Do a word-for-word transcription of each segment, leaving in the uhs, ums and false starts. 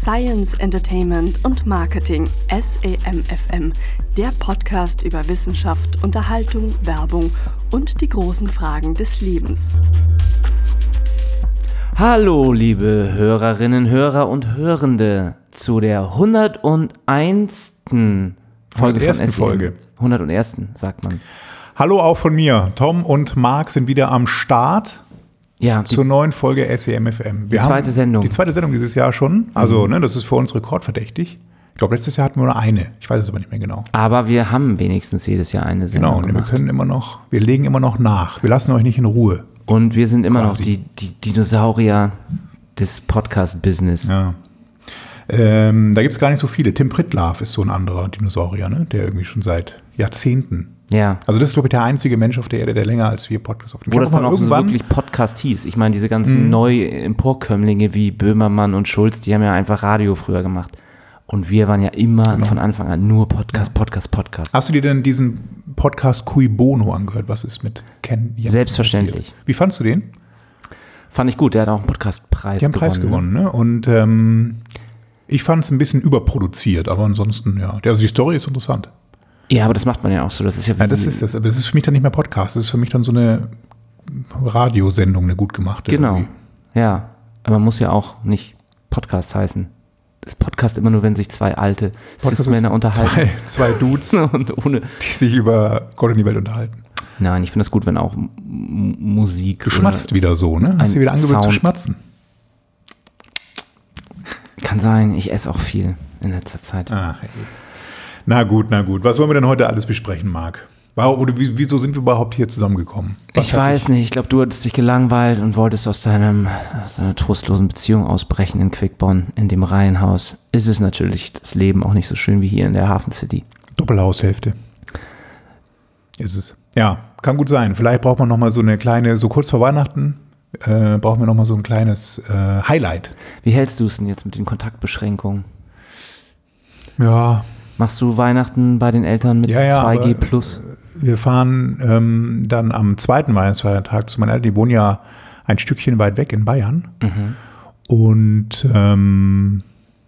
Science, Entertainment und Marketing, S E M F M, der Podcast über Wissenschaft, Unterhaltung, Werbung und die großen Fragen des Lebens. Hallo, liebe Hörerinnen, Hörer und Hörende, zu der hundertundeinsten Folge von S E M. Folge. hundertundersten, sagt man. Hallo auch von mir. Tom und Marc sind wieder am Start. Ja, die, zur neuen Folge S E M F M. Wir die zweite haben Sendung. Die zweite Sendung dieses Jahr schon. Also, mhm. ne, das ist für uns rekordverdächtig. Ich glaube, letztes Jahr hatten wir nur eine. Ich weiß es aber nicht mehr genau. Aber wir haben wenigstens jedes Jahr eine Sendung Genau, und gemacht. wir können immer noch, wir legen immer noch nach. Wir lassen euch nicht in Ruhe. Und wir sind immer Quasi. noch die, die Dinosaurier des Podcast-Business. Ja. Ähm, da gibt es gar nicht so viele. Tim Pritlove ist so ein anderer Dinosaurier, ne? Der irgendwie schon seit Jahrzehnten. Ja. Also das ist, glaube ich, der einzige Mensch auf der Erde, der länger als wir Podcasts aufnehmen. Wo das dann auch so wirklich Podcast hieß. Ich meine, diese ganzen mhm. Neu-Emporkömmlinge wie Böhmermann und Schulz, die haben ja einfach Radio früher gemacht. Und wir waren ja immer genau. von Anfang an nur Podcast, Podcast, Podcast. Hast du dir denn diesen Podcast Cui Bono angehört? Was ist mit Ken Jebsen Selbstverständlich. passiert? Wie fandst du den? Fand ich gut, der hat auch einen Podcastpreis gewonnen. Die haben einen Preis gewonnen, ne? Und ähm, ich fand es ein bisschen überproduziert, aber ansonsten, ja. Also die Story ist interessant. Ja, aber das macht man ja auch so. Das ist ja, ja das ist das. Aber es ist für mich dann nicht mehr Podcast. Das ist für mich dann so eine Radiosendung, eine gut gemachte. Genau. Irgendwie. Ja, aber man muss ja auch nicht Podcast heißen. Das Podcast immer nur, wenn sich zwei alte Cis-Männer unterhalten. Zwei, zwei Dudes, und ohne die sich über Gott und die Welt unterhalten. Nein, ich finde das gut, wenn auch M- Musik. Du schmatzt wieder so, ne? Hast du wieder angewöhnt zu schmatzen? Kann sein. Ich esse auch viel in letzter Zeit. Ach, ey. Na gut, na gut. Was wollen wir denn heute alles besprechen, Marc? Oder wieso sind wir überhaupt hier zusammengekommen? Was ich weiß ich? nicht. Ich glaube, du hattest dich gelangweilt und wolltest aus, deinem, aus deiner trostlosen Beziehung ausbrechen in Quickborn, in dem Reihenhaus. Ist es natürlich das Leben auch nicht so schön wie hier in der Hafen City. Doppelhaushälfte. Ist es. Ja, kann gut sein. Vielleicht braucht man noch mal so eine kleine, so kurz vor Weihnachten, äh, brauchen wir noch mal so ein kleines äh, Highlight. Wie hältst du es denn jetzt mit den Kontaktbeschränkungen? Ja. Machst du Weihnachten bei den Eltern mit ja, ja, zwei G aber, plus? Wir fahren ähm, dann am zweiten Weihnachtsfeiertag zu meinen Eltern. Die wohnen ja ein Stückchen weit weg in Bayern. Mhm. Und ähm,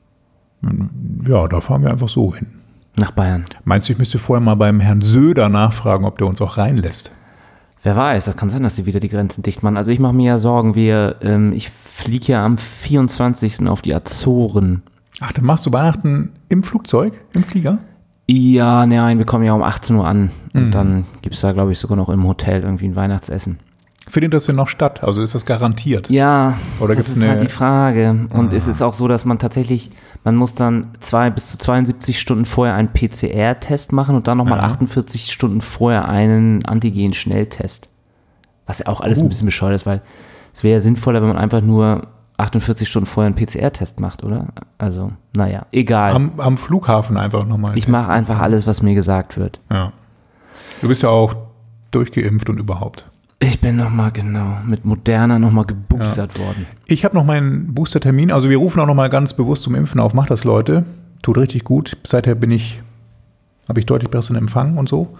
ja, da fahren wir einfach so hin. Nach Bayern. Meinst du, ich müsste vorher mal beim Herrn Söder nachfragen, ob der uns auch reinlässt? Wer weiß, das kann sein, dass sie wieder die Grenzen dicht machen. Also ich mache mir ja Sorgen, wir, ähm, ich fliege ja am vierundzwanzigsten auf die Azoren. Ach, dann machst du Weihnachten im Flugzeug, im Flieger? Ja, nein, wir kommen ja um achtzehn Uhr an. Und mhm. dann gibt es da, glaube ich, sogar noch im Hotel irgendwie ein Weihnachtsessen. Findet das denn noch statt? Also ist das garantiert? Ja, Oder das ist eine halt die Frage. Und ah. es ist auch so, dass man tatsächlich, man muss dann zwei bis zu zweiundsiebzig Stunden vorher einen P C R-Test machen und dann nochmal ja. achtundvierzig Stunden vorher einen Antigen-Schnelltest. Was ja auch alles uh. ein bisschen bescheuert ist, weil es wäre ja sinnvoller, wenn man einfach nur achtundvierzig Stunden vorher einen P C R-Test macht, oder? Also, naja, egal. Am, am Flughafen einfach nochmal. Ich mache einfach alles, was mir gesagt wird. Ja. Du bist ja auch durchgeimpft und überhaupt. Ich bin nochmal, genau, mit Moderna nochmal geboostert ja. worden. Ich habe noch meinen Boostertermin. Also wir rufen auch nochmal ganz bewusst zum Impfen auf. Macht das, Leute. Tut richtig gut. Seither bin ich, habe ich deutlich besseren Empfang und so.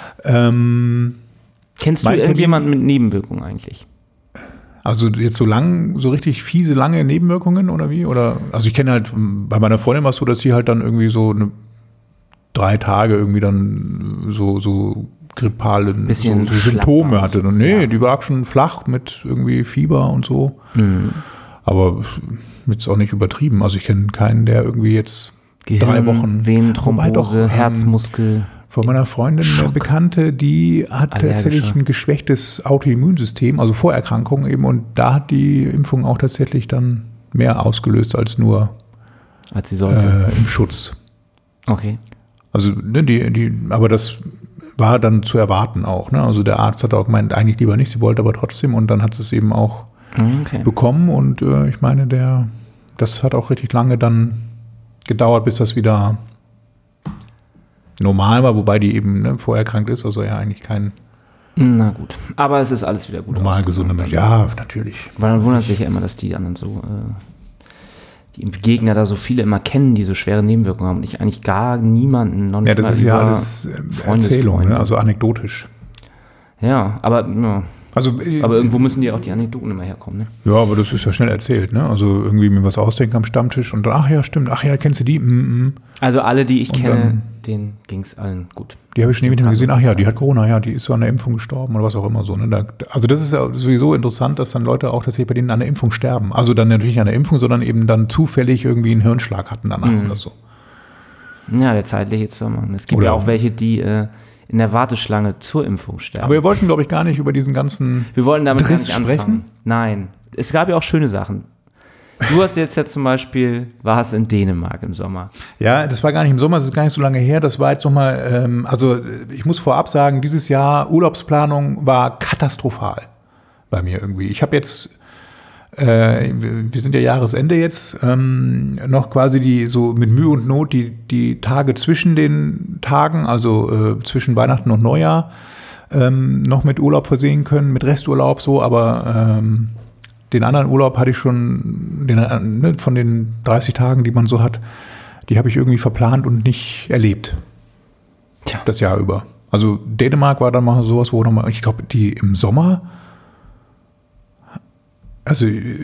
Ähm, Kennst du irgendjemanden mit Nebenwirkungen eigentlich? Also jetzt so lang, so richtig fiese, lange Nebenwirkungen oder wie? Oder, also ich kenne halt, bei meiner Freundin war es so, dass sie halt dann irgendwie so eine, drei Tage irgendwie dann so, so grippale so, so Symptome hatte. Und nee, ja. die lag schon flach mit irgendwie Fieber und so. Mhm. Aber jetzt auch nicht übertrieben. Also ich kenne keinen, der irgendwie jetzt Gehirn, drei Wochen... Venenthrombose, doch, Herzmuskel... Von meiner Freundin, Schock. eine Bekannte, die hat Allergischer. tatsächlich ein geschwächtes Autoimmunsystem, also Vorerkrankungen eben, und da hat die Impfung auch tatsächlich dann mehr ausgelöst als nur als sie sollte. Äh, im Schutz. Okay. Also, ne, die, die, aber das war dann zu erwarten auch. Ne? Also der Arzt hat auch gemeint, eigentlich lieber nicht, sie wollte aber trotzdem, und dann hat sie es eben auch okay. bekommen, und äh, ich meine, der, das hat auch richtig lange dann gedauert, bis das wieder normal war, wobei die eben ne, vorerkrankt ist, also ja eigentlich kein Na gut, aber es ist alles wieder gut. Normal gesunder Mensch, ja, natürlich. Weil man wundert sich ja immer, dass die anderen so, äh, die Gegner da so viele immer kennen, die so schwere Nebenwirkungen haben und ich eigentlich gar niemanden noch nicht. Ja, das ist ja alles Erzählung, ne? Also anekdotisch. Ja, aber ja. Also, äh, aber irgendwo müssen die auch die Anekdoten immer herkommen, ne? Ja, aber das ist ja schnell erzählt, ne? Also irgendwie mir was ausdenken am Stammtisch und dann, ach ja, stimmt, ach ja, kennst du die? Mm, mm. Also alle, die ich Und kenne, dann- denen ging es allen gut. Die habe ich schon ewig gesehen, ach ja, die hat Corona, ja, die ist so an der Impfung gestorben oder was auch immer so. Ne? Da, also das ist ja sowieso interessant, dass dann Leute auch tatsächlich bei denen an der Impfung sterben. Also dann natürlich nicht an der Impfung, sondern eben dann zufällig irgendwie einen Hirnschlag hatten danach Mhm. oder so. Ja, der zeitliche Zusammenhang. Es gibt Oder- ja auch welche, die äh, in der Warteschlange zur Impfung sterben. Aber wir wollten, glaube ich, gar nicht über diesen ganzen wir wollten damit gar Driss nicht anfangen. sprechen? Nein. Es gab ja auch schöne Sachen. Du hast jetzt ja zum Beispiel, warst in Dänemark im Sommer. Ja, das war gar nicht im Sommer, das ist gar nicht so lange her. Das war jetzt nochmal, ähm, also ich muss vorab sagen, dieses Jahr Urlaubsplanung war katastrophal bei mir irgendwie. Ich habe jetzt, äh, wir sind ja Jahresende jetzt, ähm, noch quasi die so mit Mühe und Not die, die Tage zwischen den Tagen, also äh, zwischen Weihnachten und Neujahr, ähm, noch mit Urlaub versehen können, mit Resturlaub so, aber ähm, den anderen Urlaub hatte ich schon, den, ne, von den dreißig Tagen, die man so hat, die habe ich irgendwie verplant und nicht erlebt. Tja. Das Jahr über. Also Dänemark war dann mal sowas, wo nochmal, ich glaube, die im Sommer, also,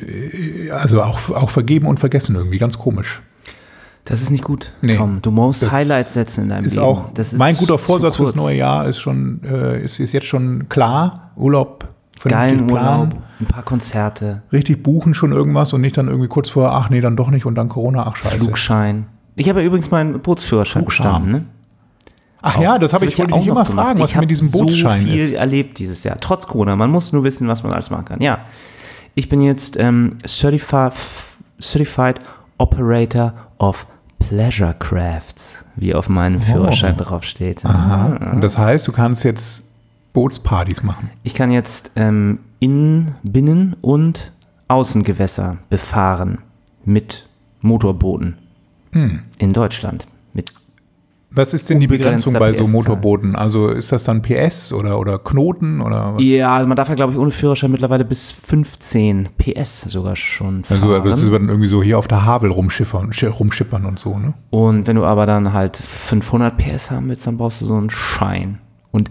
also auch, auch vergeben und vergessen irgendwie, ganz komisch. Das ist nicht gut, Nee. Tom. Du musst Das Highlights setzen in deinem Ist Leben. auch Das ist mein guter zu Vorsatz fürs kurz. neue Jahr ist schon, äh, ist, ist jetzt schon klar. Urlaub, Geilen vernünftig Urlaub, planen, ein paar Konzerte, richtig buchen schon irgendwas und nicht dann irgendwie kurz vorher, ach nee, dann doch nicht und dann Corona, ach scheiße. Flugschein. Ich habe ja übrigens meinen Bootsführerschein Flugscham. bestanden, ne? Ach ja, das habe hab ich, wollte ja ich dich auch immer noch gemacht. fragen, was ich mit diesem Bootsschein so viel ist. erlebt dieses Jahr, trotz Corona. Man muss nur wissen, was man alles machen kann. Ja, ich bin jetzt ähm, Certified, Certified Operator of Pleasure Crafts, wie auf meinem Führerschein draufsteht. Aha. Und das heißt, du kannst jetzt Bootspartys machen. Ich kann jetzt ähm, Innen-, Binnen- und Außengewässer befahren mit Motorbooten Hm. in Deutschland. Mit Was ist denn die Unbegrenzter Begrenzung bei so P S-Zahl. Motorbooten? Also ist das dann P S oder, oder Knoten oder was? Ja, also man darf ja, glaube ich, ohne Führerschein mittlerweile bis fünfzehn P S sogar schon fahren. Also das ist dann irgendwie so hier auf der Havel rumschiffern, sch- rumschippern und so, ne? Und wenn du aber dann halt fünfhundert P S haben willst, dann brauchst du so einen Schein. Und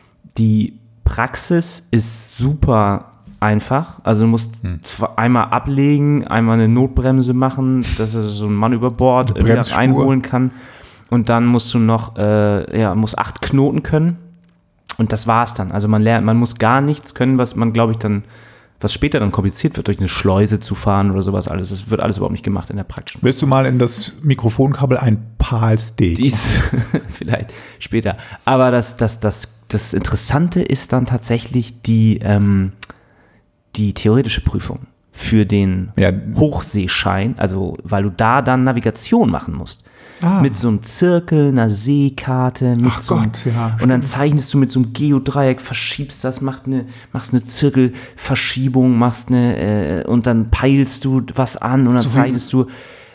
die Praxis ist super einfach. Also du musst Hm. zwar einmal ablegen, einmal eine Notbremse machen, dass er so ein Mann über Bord Eine wieder Bremsspur. einholen kann. Und dann musst du noch, äh, ja, musst acht Knoten können. Und das war's dann. Also man lernt, man muss gar nichts können, was man, glaube ich, dann, was später dann kompliziert wird, durch eine Schleuse zu fahren oder sowas alles. Das wird alles überhaupt nicht gemacht in der praktischen. Willst du mal in das Mikrofonkabel ein Palsteak? Dies vielleicht später. Aber das, das, das, das Interessante ist dann tatsächlich die, ähm, die theoretische Prüfung für den Ja. Hochseeschein, also weil du da dann Navigation machen musst. Ah. Mit so einem Zirkel, einer Seekarte, mit Ach so einem, Gott, ja, und dann zeichnest du mit so einem Geodreieck, verschiebst das, machst eine, machst eine Zirkelverschiebung, machst eine, äh, und dann peilst du was an und dann So viel- zeichnest du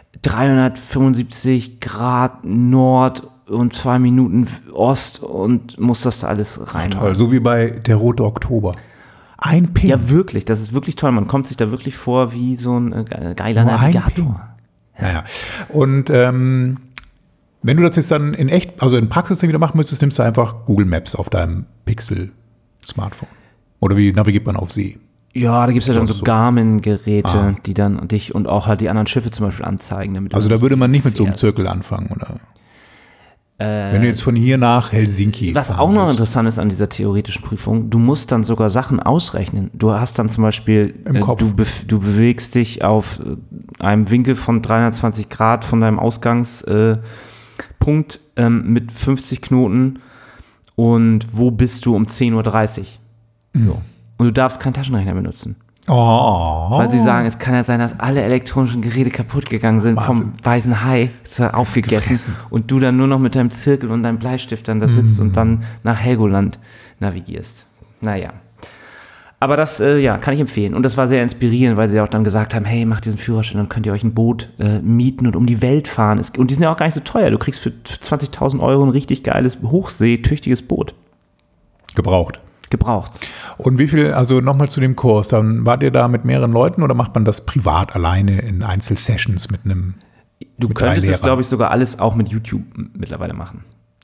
dreihundertfünfundsiebzig Grad Nord und zwei Minuten Ost und musst das alles rein. Toll, so wie bei der Rote Oktober. Ein Pin. Ja, wirklich, das ist wirklich toll. Man kommt sich da wirklich vor wie so ein äh, ge- geiler Nur ein Navigator. Naja. Und ähm, wenn du das jetzt dann in echt, also in Praxis dann wieder machen müsstest, nimmst du einfach Google Maps auf deinem Pixel-Smartphone. Oder wie navigiert man auf See? Ja, da gibt es ja dann so So. Garmin-Geräte, Ah. die dann dich und auch halt die anderen Schiffe zum Beispiel anzeigen. Damit du Also da würde man nicht mit so einem fährst. Zirkel anfangen, oder? Wenn du jetzt von hier nach Helsinki Was fahren auch noch willst. interessant ist an dieser theoretischen Prüfung, du musst dann sogar Sachen ausrechnen. Du hast dann zum Beispiel, Im äh, Kopf. du, bef- du bewegst dich auf äh, einem Winkel von dreihundertzwanzig Grad von deinem Ausgangspunkt äh, Punkt, ähm, mit fünfzig Knoten und wo bist du um zehn Uhr dreißig? Mhm. So. Und du darfst keinen Taschenrechner benutzen. Oh. Weil sie sagen, es kann ja sein, dass alle elektronischen Geräte kaputt gegangen sind, Wahnsinn. vom weißen Hai ist aufgegessen und du dann nur noch mit deinem Zirkel und deinem Bleistift dann da sitzt Mm. und dann nach Helgoland navigierst. Naja. Aber das, äh, ja, kann ich empfehlen. Und das war sehr inspirierend, weil sie auch dann gesagt haben, hey, macht diesen Führerschein, dann könnt ihr euch ein Boot äh, mieten und um die Welt fahren. Es, und die sind ja auch gar nicht so teuer. Du kriegst für zwanzigtausend Euro ein richtig geiles, hochseetüchtiges Boot. Gebraucht. Gebraucht. Und wie viel, also nochmal zu dem Kurs, dann wart ihr da mit mehreren Leuten oder macht man das privat alleine in Einzelsessions mit einem Du Mit drei könntest es, Lehrern. glaube ich, sogar alles auch mit YouTube m- mittlerweile machen.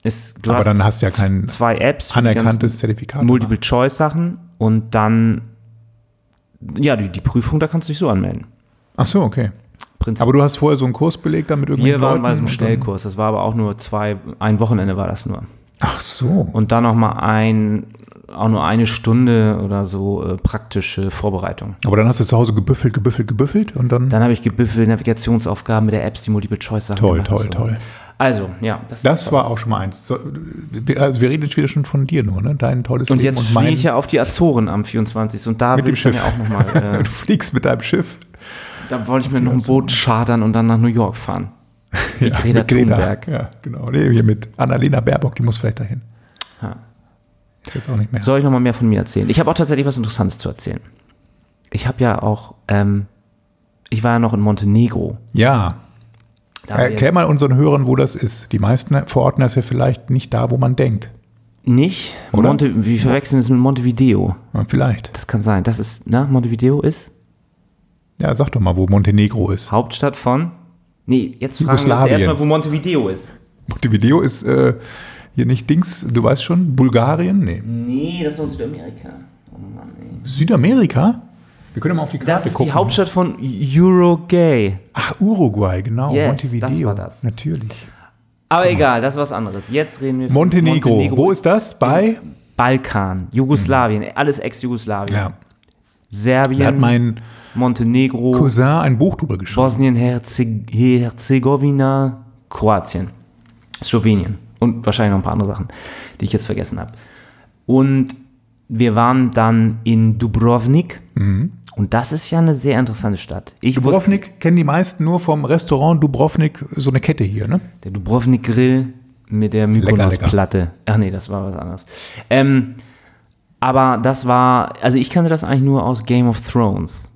Es, du Aber hast dann hast du ja kein zwei Apps für die anerkanntes ganzen Zertifikat. Multiple-Choice-Sachen und dann, ja, die, die Prüfung, da kannst du dich so anmelden. Ach so, okay. Prinzip. Aber du hast vorher so einen Kurs belegt dann mit irgendwelchen Wir waren Leuten bei so einem und dann- Schnellkurs, das war aber auch nur zwei, ein Wochenende war das nur. Ach so. Und dann nochmal ein, auch nur eine Stunde oder so äh, praktische Vorbereitung. Aber dann hast du zu Hause gebüffelt, gebüffelt, gebüffelt und dann. Dann habe ich gebüffelt, Navigationsaufgaben mit der Apps, die Multiple-Choice-Sachen toll, gemacht toll, und so. toll. Also, ja. Das, Das ist war auch schon mal eins. So, wir, also wir reden jetzt wieder schon von dir nur, ne? Dein tolles Und Leben jetzt und fliege mein. ich ja auf die Azoren am vierundzwanzigsten Und da Mit will dem ich dann Schiff. ja auch nochmal, äh, Du fliegst mit deinem Schiff. da wollte ich mir noch ein Boot chartern und dann nach New York fahren. Wie Ja, Greta mit Greta. Thunberg. Ja, genau. Nee, hier mit Annalena Baerbock, die muss vielleicht dahin. Ja. Ist jetzt auch nicht mehr. Soll ich nochmal mehr von mir erzählen? Ich habe auch tatsächlich was Interessantes zu erzählen. Ich habe ja auch, ähm, ich war ja noch in Montenegro. Ja. Da haben wir- Erklär mal unseren Hörern, wo das ist. Die meisten verorten das ja vielleicht nicht da, wo man denkt. Nicht? Oder? Monte, wir verwechseln es mit Montevideo. Ja, vielleicht. Das kann sein. Das ist, na, Montevideo ist Ja, sag doch mal, wo Montenegro ist. Hauptstadt von, nee, jetzt fragen wir uns Jugoslawien. erstmal, wo Montevideo ist. Montevideo ist äh, hier nicht Dings, du weißt schon, Bulgarien? Nee. Nee, das ist in Südamerika. Oh Mann, ey. Südamerika? Wir können ja mal auf die Karte Das ist gucken. die Hauptstadt von Uruguay. Ach, Uruguay, genau. Yes, Montevideo. das war das. Natürlich. Aber egal, das ist was anderes. Jetzt reden wir von Montenegro. Wo ist das? Bei? Balkan, Jugoslawien, alles Ex-Jugoslawien. Ja. Da hat Serbien, mein Montenegro, Cousin ein Buch drüber geschrieben. Bosnien-Herzegowina, Kroatien, Slowenien und wahrscheinlich noch ein paar andere Sachen, die ich jetzt vergessen habe. Und wir waren dann in Dubrovnik und das ist ja eine sehr interessante Stadt. Ich Dubrovnik kennen die meisten nur vom Restaurant Dubrovnik, so eine Kette hier, ne? Wusste, der Dubrovnik Grill mit der Mykonos-Platte. Ach nee, das war was anderes. Ähm, aber das war, also ich kannte das eigentlich nur aus Game of Thrones.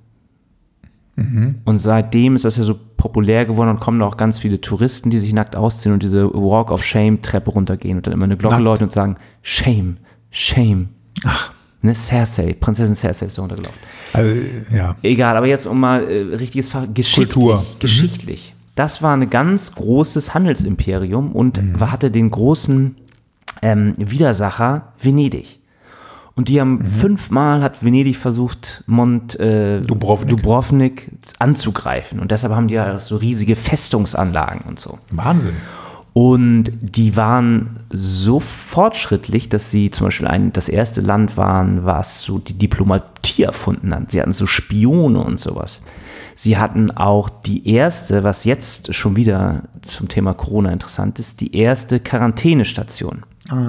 Und seitdem ist das ja so populär geworden und kommen da auch ganz viele Touristen, die sich nackt ausziehen und diese Walk of Shame Treppe runtergehen und dann immer eine Glocke Nackt. läuten und sagen, Shame, Shame. Ach. Ne, Cersei, Prinzessin Cersei ist da runtergelaufen. Also, ja. Egal, aber jetzt um mal äh, richtiges Fach, geschichtlich. Kultur. Mhm. Geschichtlich. Das war ein ganz großes Handelsimperium und Mhm. hatte den großen ähm, Widersacher Venedig. Und die haben Mhm. fünfmal hat Venedig versucht, Mont, äh, Dubrovnik. Dubrovnik anzugreifen. Und deshalb haben die ja so riesige Festungsanlagen und so. Wahnsinn. Und die waren so fortschrittlich, dass sie zum Beispiel ein, das erste Land waren, was so die Diplomatie erfunden hat. Sie hatten so Spione und sowas. Sie hatten auch die erste, was jetzt schon wieder zum Thema Corona interessant ist, die erste Quarantänestation.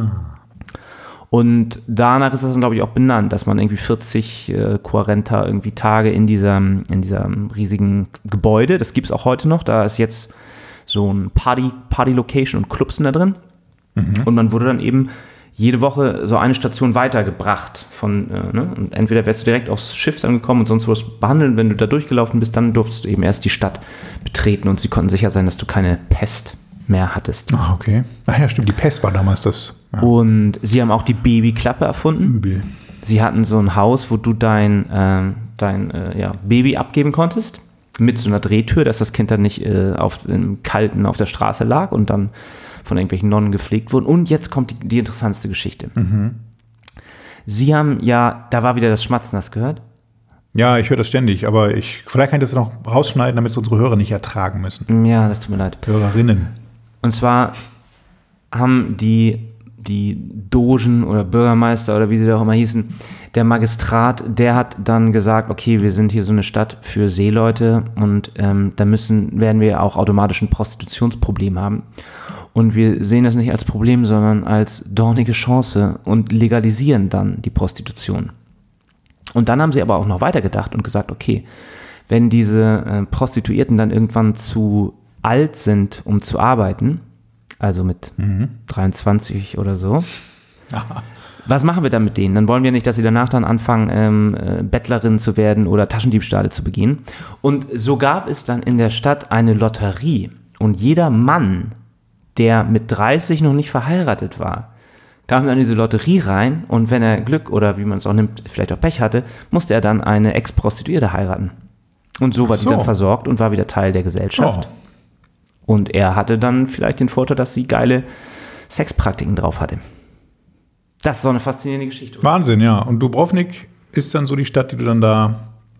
Und danach ist das dann, glaube ich, auch benannt, dass man irgendwie vierzig äh, Quarenta irgendwie Tage in diesem, in diesem riesigen Gebäude, das gibt es auch heute noch, da ist jetzt so ein Party, Party-Location und Clubs sind da drin. Und man wurde dann eben jede Woche so eine Station weitergebracht von, äh, ne? Und entweder wärst du direkt aufs Schiff dann gekommen und sonst wurdest du behandelt. Wenn du da durchgelaufen bist, dann durftest du eben erst die Stadt betreten und sie konnten sicher sein, dass du keine Pest mehr hattest. Ah, okay. Ach ja, stimmt, die Pest war damals das. Ja, Und sie haben auch die Babyklappe erfunden. übel. Sie hatten so ein Haus, wo du dein, ähm, dein äh, ja, Baby abgeben konntest. Mit so einer Drehtür, dass das Kind dann nicht äh, auf, im Kalten auf der Straße lag und dann von irgendwelchen Nonnen gepflegt wurden. Und jetzt kommt die, die interessanteste Geschichte. Sie haben ja, da war wieder das Schmatzen, hast du gehört? Ja, ich höre das ständig, aber ich, vielleicht kann ich das noch rausschneiden, damit es unsere Hörer nicht ertragen müssen. Ja, das tut mir leid. Hörerinnen. Und zwar haben die, die Dogen oder Bürgermeister oder wie sie da auch immer hießen, der Magistrat, der hat dann gesagt, okay, wir sind hier so eine Stadt für Seeleute und ähm, da müssen, werden wir auch automatisch ein Prostitutionsproblem haben. Und wir sehen das nicht als Problem, sondern als dornige Chance und legalisieren dann die Prostitution. Und dann haben sie aber auch noch weitergedacht und gesagt, okay, wenn diese äh, Prostituierten dann irgendwann zu alt sind, um zu arbeiten, also mit dreiundzwanzig oder so, was machen wir dann mit denen? Dann wollen wir nicht, dass sie danach dann anfangen, ähm, äh, Bettlerinnen zu werden oder Taschendiebstahle zu begehen. Und so gab es dann in der Stadt eine Lotterie. Und jeder Mann, der mit dreißig noch nicht verheiratet war, kam dann in diese Lotterie rein und wenn er Glück oder wie man es auch nimmt, vielleicht auch Pech hatte, musste er dann eine Ex-Prostituierte heiraten. Und so war Ach so. die dann versorgt und war wieder Teil der Gesellschaft. Oh. Und er hatte dann vielleicht den Vorteil, dass sie geile Sexpraktiken drauf hatte. Das ist so eine faszinierende Geschichte. Oder? Wahnsinn, ja. Und Dubrovnik ist dann so die Stadt, die du dann da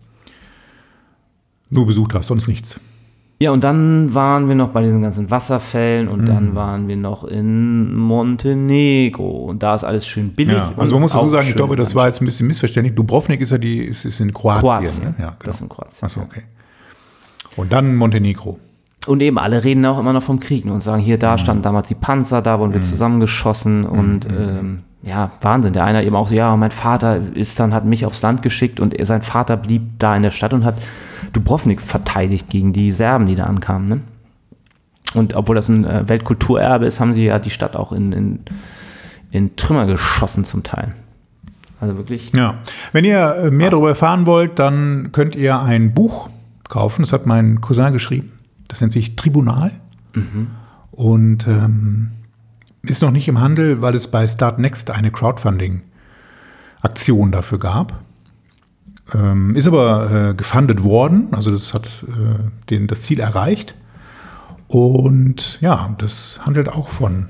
nur besucht hast, sonst nichts. Ja, und dann waren wir noch bei diesen ganzen Wasserfällen und mhm. dann waren wir noch in Montenegro und da ist alles schön billig. Ja, also man muss dazu sagen, ich glaube, das war jetzt ein bisschen missverständlich. Dubrovnik ist ja die, ist, ist in Kroatien. Kroatien, ne? Ja, genau. Das ist in Kroatien. Achso, okay. Und dann Montenegro. Und eben alle reden auch immer noch vom Krieg, ne, und sagen, hier, da mhm. standen damals die Panzer, da wurden wir mhm. zusammengeschossen und mhm. ähm, ja, Wahnsinn. Der eine eben auch so, ja, mein Vater ist dann, hat mich aufs Land geschickt und sein Vater blieb da in der Stadt und hat Dubrovnik verteidigt gegen die Serben, die da ankamen. Ne? Und obwohl das ein äh, Weltkulturerbe ist, haben sie ja die Stadt auch in, in, in Trümmer geschossen zum Teil. Also wirklich. Ja, wenn ihr mehr darüber erfahren wollt, dann könnt ihr ein Buch kaufen. Das hat mein Cousin geschrieben. Das nennt sich Tribunal. Mhm. Und ähm, ist noch nicht im Handel, weil es bei Start Next eine Crowdfunding-Aktion dafür gab. Ähm, ist aber äh, gefundet worden, also das hat äh, den, das Ziel erreicht. Und ja, das handelt auch von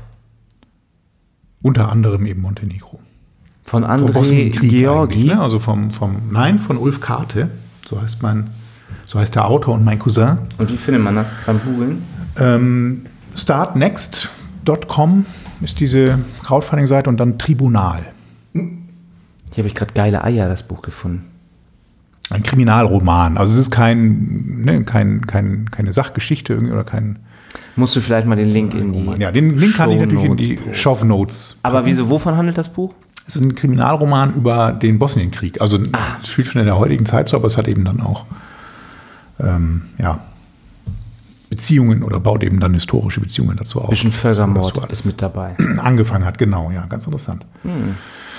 unter anderem eben Montenegro. Von Andrei Georgi? Ne? Also vom, vom, nein, von Ulf Karte, so heißt mein, so heißt der Autor und mein Cousin. Und wie findet man das beim Googlen? Ähm, start next Punkt com ist diese Crowdfunding-Seite und dann Tribunal. Hier habe ich gerade geile Eier, das Buch gefunden. Ein Kriminalroman. Also es ist kein, ne, kein, kein, keine Sachgeschichte irgendwie oder kein. Musst du vielleicht mal den Link in die. Ja, den Link kann ich natürlich in die Shownotes. Aber wieso, wovon handelt das Buch? Es ist ein Kriminalroman über den Bosnienkrieg. Also ah. es spielt schon in der heutigen Zeit so, aber es hat eben dann auch ähm, ja, Beziehungen oder baut eben dann historische Beziehungen dazu auf. Ein bisschen Völkermord ist mit dabei. Angefangen hat, genau, ja, ganz interessant. Hm.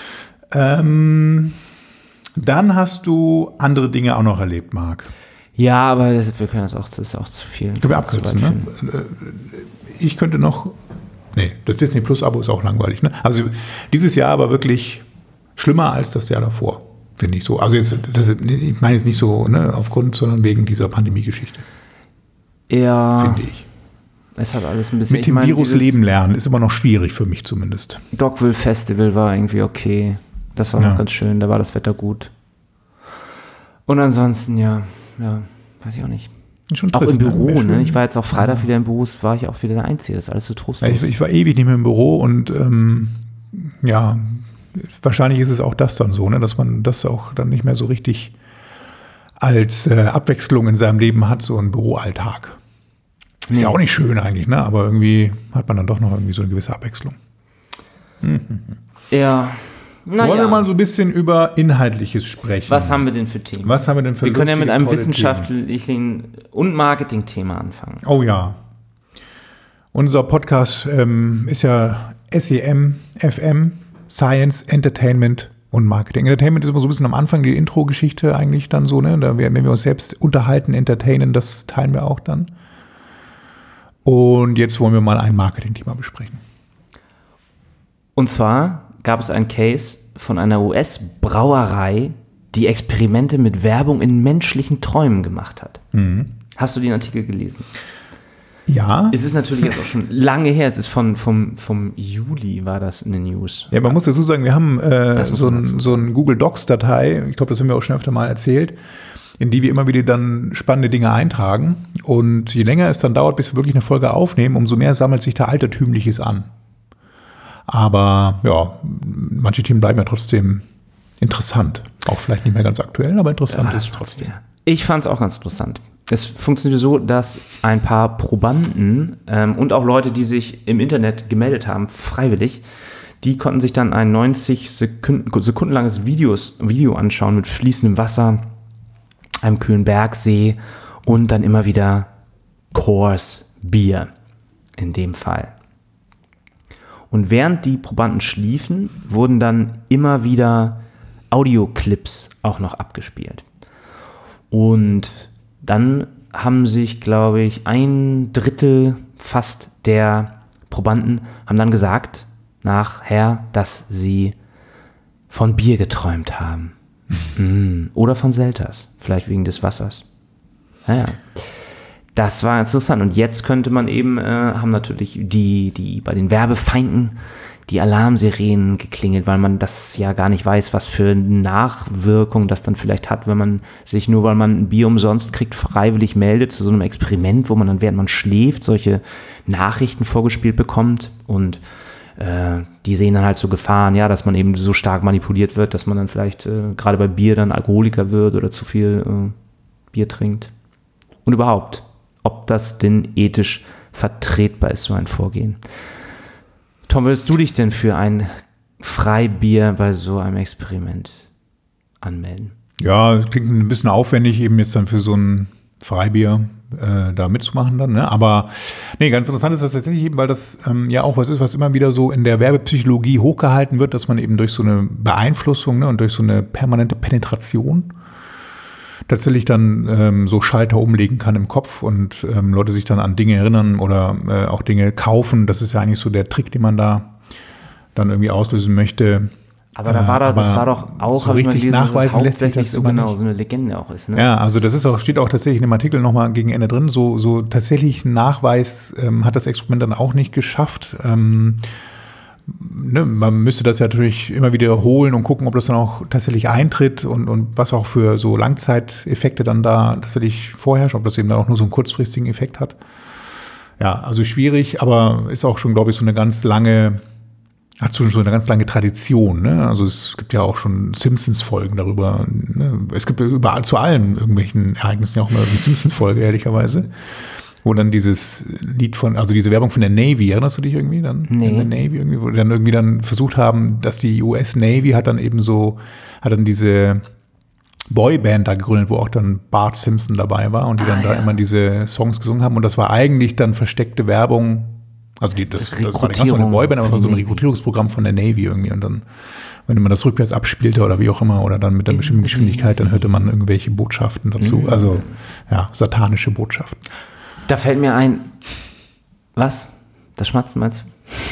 Ähm, dann hast du andere Dinge auch noch erlebt, Marc. Ja, aber das, wir können das auch, das ist auch zu viel. Können wir abkürzen, ne? Ich könnte noch, nee, das Disney Plus Abo ist auch langweilig, ne? Also dieses Jahr aber wirklich schlimmer als das Jahr davor, finde ich so. Also jetzt, das, ich meine jetzt nicht so, ne, aufgrund, sondern wegen dieser Pandemie-Geschichte. Ja. Finde ich. Es hat alles ein bisschen. Mit dem meine, Virus leben lernen ist immer noch schwierig für mich zumindest. Dogville Festival war irgendwie okay. Das war ja. noch ganz schön, da war das Wetter gut. Und ansonsten, ja, ja, weiß ich auch nicht. Schon auch im Büro, ne? Ich war jetzt auch Freitag ja. wieder im Büro, war ich auch wieder der Einzige, das ist alles so trostlos. Ja, ich, ich war ewig nicht mehr im Büro und ähm, ja, wahrscheinlich ist es auch das dann so, ne, dass man das auch dann nicht mehr so richtig als äh, Abwechslung in seinem Leben hat, so ein Büroalltag. Ist nee. ja auch nicht schön eigentlich, ne? Aber irgendwie hat man dann doch noch irgendwie so eine gewisse Abwechslung. Mhm. Ja. Na Wollen ja. wir mal so ein bisschen über Inhaltliches sprechen? Was haben wir denn für Themen? Was haben wir denn für Wir können ja mit einem wissenschaftlichen und Marketing-Thema anfangen. Oh ja. Unser Podcast ähm, ist ja S E M, F M, Science, Entertainment und Marketing. Entertainment ist immer so ein bisschen am Anfang die Intro-Geschichte eigentlich dann so, ne? Da, wenn wir uns selbst unterhalten, entertainen, das teilen wir auch dann. Und jetzt wollen wir mal ein Marketing-Thema besprechen. Und zwar gab es einen Case von einer U S-Brauerei, die Experimente mit Werbung in menschlichen Träumen gemacht hat. Mhm. Hast du den Artikel gelesen? Ja. Es ist natürlich jetzt auch schon lange her. Es ist von, vom, vom Juli war das in den News. Ja, man muss dazu sagen, wir haben äh, so ein, so ein Google Docs-Datei, ich glaube, das haben wir auch schon öfter mal erzählt, in die wir immer wieder dann spannende Dinge eintragen. Und je länger es dann dauert, bis wir wirklich eine Folge aufnehmen, umso mehr sammelt sich da Altertümliches an. Aber ja, manche Themen bleiben ja trotzdem interessant. Auch vielleicht nicht mehr ganz aktuell, aber interessant ja, ist es trotzdem. Ich fand es auch ganz interessant. Es funktioniert so, dass ein paar Probanden ähm, und auch Leute, die sich im Internet gemeldet haben, freiwillig, die konnten sich dann ein neunzig Sekunden, Sekunden langes Videos, Video anschauen mit fließendem Wasser, einem kühlen Bergsee und dann immer wieder Coors Bier in dem Fall. Und während die Probanden schliefen, wurden dann immer wieder Audioclips auch noch abgespielt. Und dann haben sich, glaube ich, ein Drittel fast der Probanden haben dann gesagt, nachher, dass sie von Bier geträumt haben. mm. Oder von Selters, vielleicht wegen des Wassers. Naja. das war interessant. Und jetzt könnte man eben, äh, haben natürlich die, die bei den Werbefeinden die Alarmsirenen geklingelt, weil man das ja gar nicht weiß, was für Nachwirkung das dann vielleicht hat, wenn man sich nur, weil man ein Bier umsonst kriegt, freiwillig meldet zu so einem Experiment, wo man dann, während man schläft, solche Nachrichten vorgespielt bekommt. Und äh, die sehen dann halt so Gefahren, ja, dass man eben so stark manipuliert wird, dass man dann vielleicht äh, gerade bei Bier dann Alkoholiker wird oder zu viel äh, Bier trinkt. Und überhaupt, ob das denn ethisch vertretbar ist, so ein Vorgehen. Tom, würdest du dich denn für ein Freibier bei so einem Experiment anmelden? Ja, das klingt ein bisschen aufwendig, eben jetzt dann für so ein Freibier äh, da mitzumachen dann, ne? Aber nee, ganz interessant ist das tatsächlich eben, weil das ähm, ja auch was ist, was immer wieder so in der Werbepsychologie hochgehalten wird, dass man eben durch so eine Beeinflussung, ne, und durch so eine permanente Penetration tatsächlich dann ähm, so Schalter umlegen kann im Kopf und ähm, Leute sich dann an Dinge erinnern oder äh, auch Dinge kaufen. Das ist ja eigentlich so der Trick, den man da dann irgendwie auslösen möchte. Aber da war doch, das war doch auch, so richtig gelesen, nachweisen lässt sich das so genau nicht. So eine Legende auch ist. Ne? Ja, also das ist auch, steht auch tatsächlich in dem Artikel nochmal gegen Ende drin. So, so tatsächlich ein Nachweis ähm, hat das Experiment dann auch nicht geschafft. Ähm, Ne, man müsste das ja natürlich immer wiederholen und gucken, ob das dann auch tatsächlich eintritt und, und was auch für so Langzeiteffekte dann da tatsächlich vorherrscht, ob das eben dann auch nur so einen kurzfristigen Effekt hat. Ja, also schwierig, aber ist auch schon, glaube ich, so eine ganz lange, hat schon so eine ganz lange Tradition. Ne? Also es gibt ja auch schon Simpsons-Folgen darüber. Ne? Es gibt überall zu allen irgendwelchen Ereignissen ja auch mal eine Simpsons-Folge, ehrlicherweise. Wo dann dieses Lied von, also diese Werbung von der Navy, erinnerst du dich irgendwie dann? Nee. In der Navy irgendwie, wo die dann irgendwie dann versucht haben, dass die U S Navy hat dann eben so, hat dann diese Boyband da gegründet, wo auch dann Bart Simpson dabei war und die dann ah, da ja. immer diese Songs gesungen haben und das war eigentlich dann versteckte Werbung, also die, das, das war nicht eine Boyband, aber so ein Rekrutierungsprogramm von der Navy irgendwie und dann, wenn man das rückwärts abspielte oder wie auch immer oder dann mit einer bestimmten Geschwindigkeit, dann hörte man irgendwelche Botschaften dazu, also ja, satanische Botschaften. Da fällt mir ein, was? Das Schmatzen meinst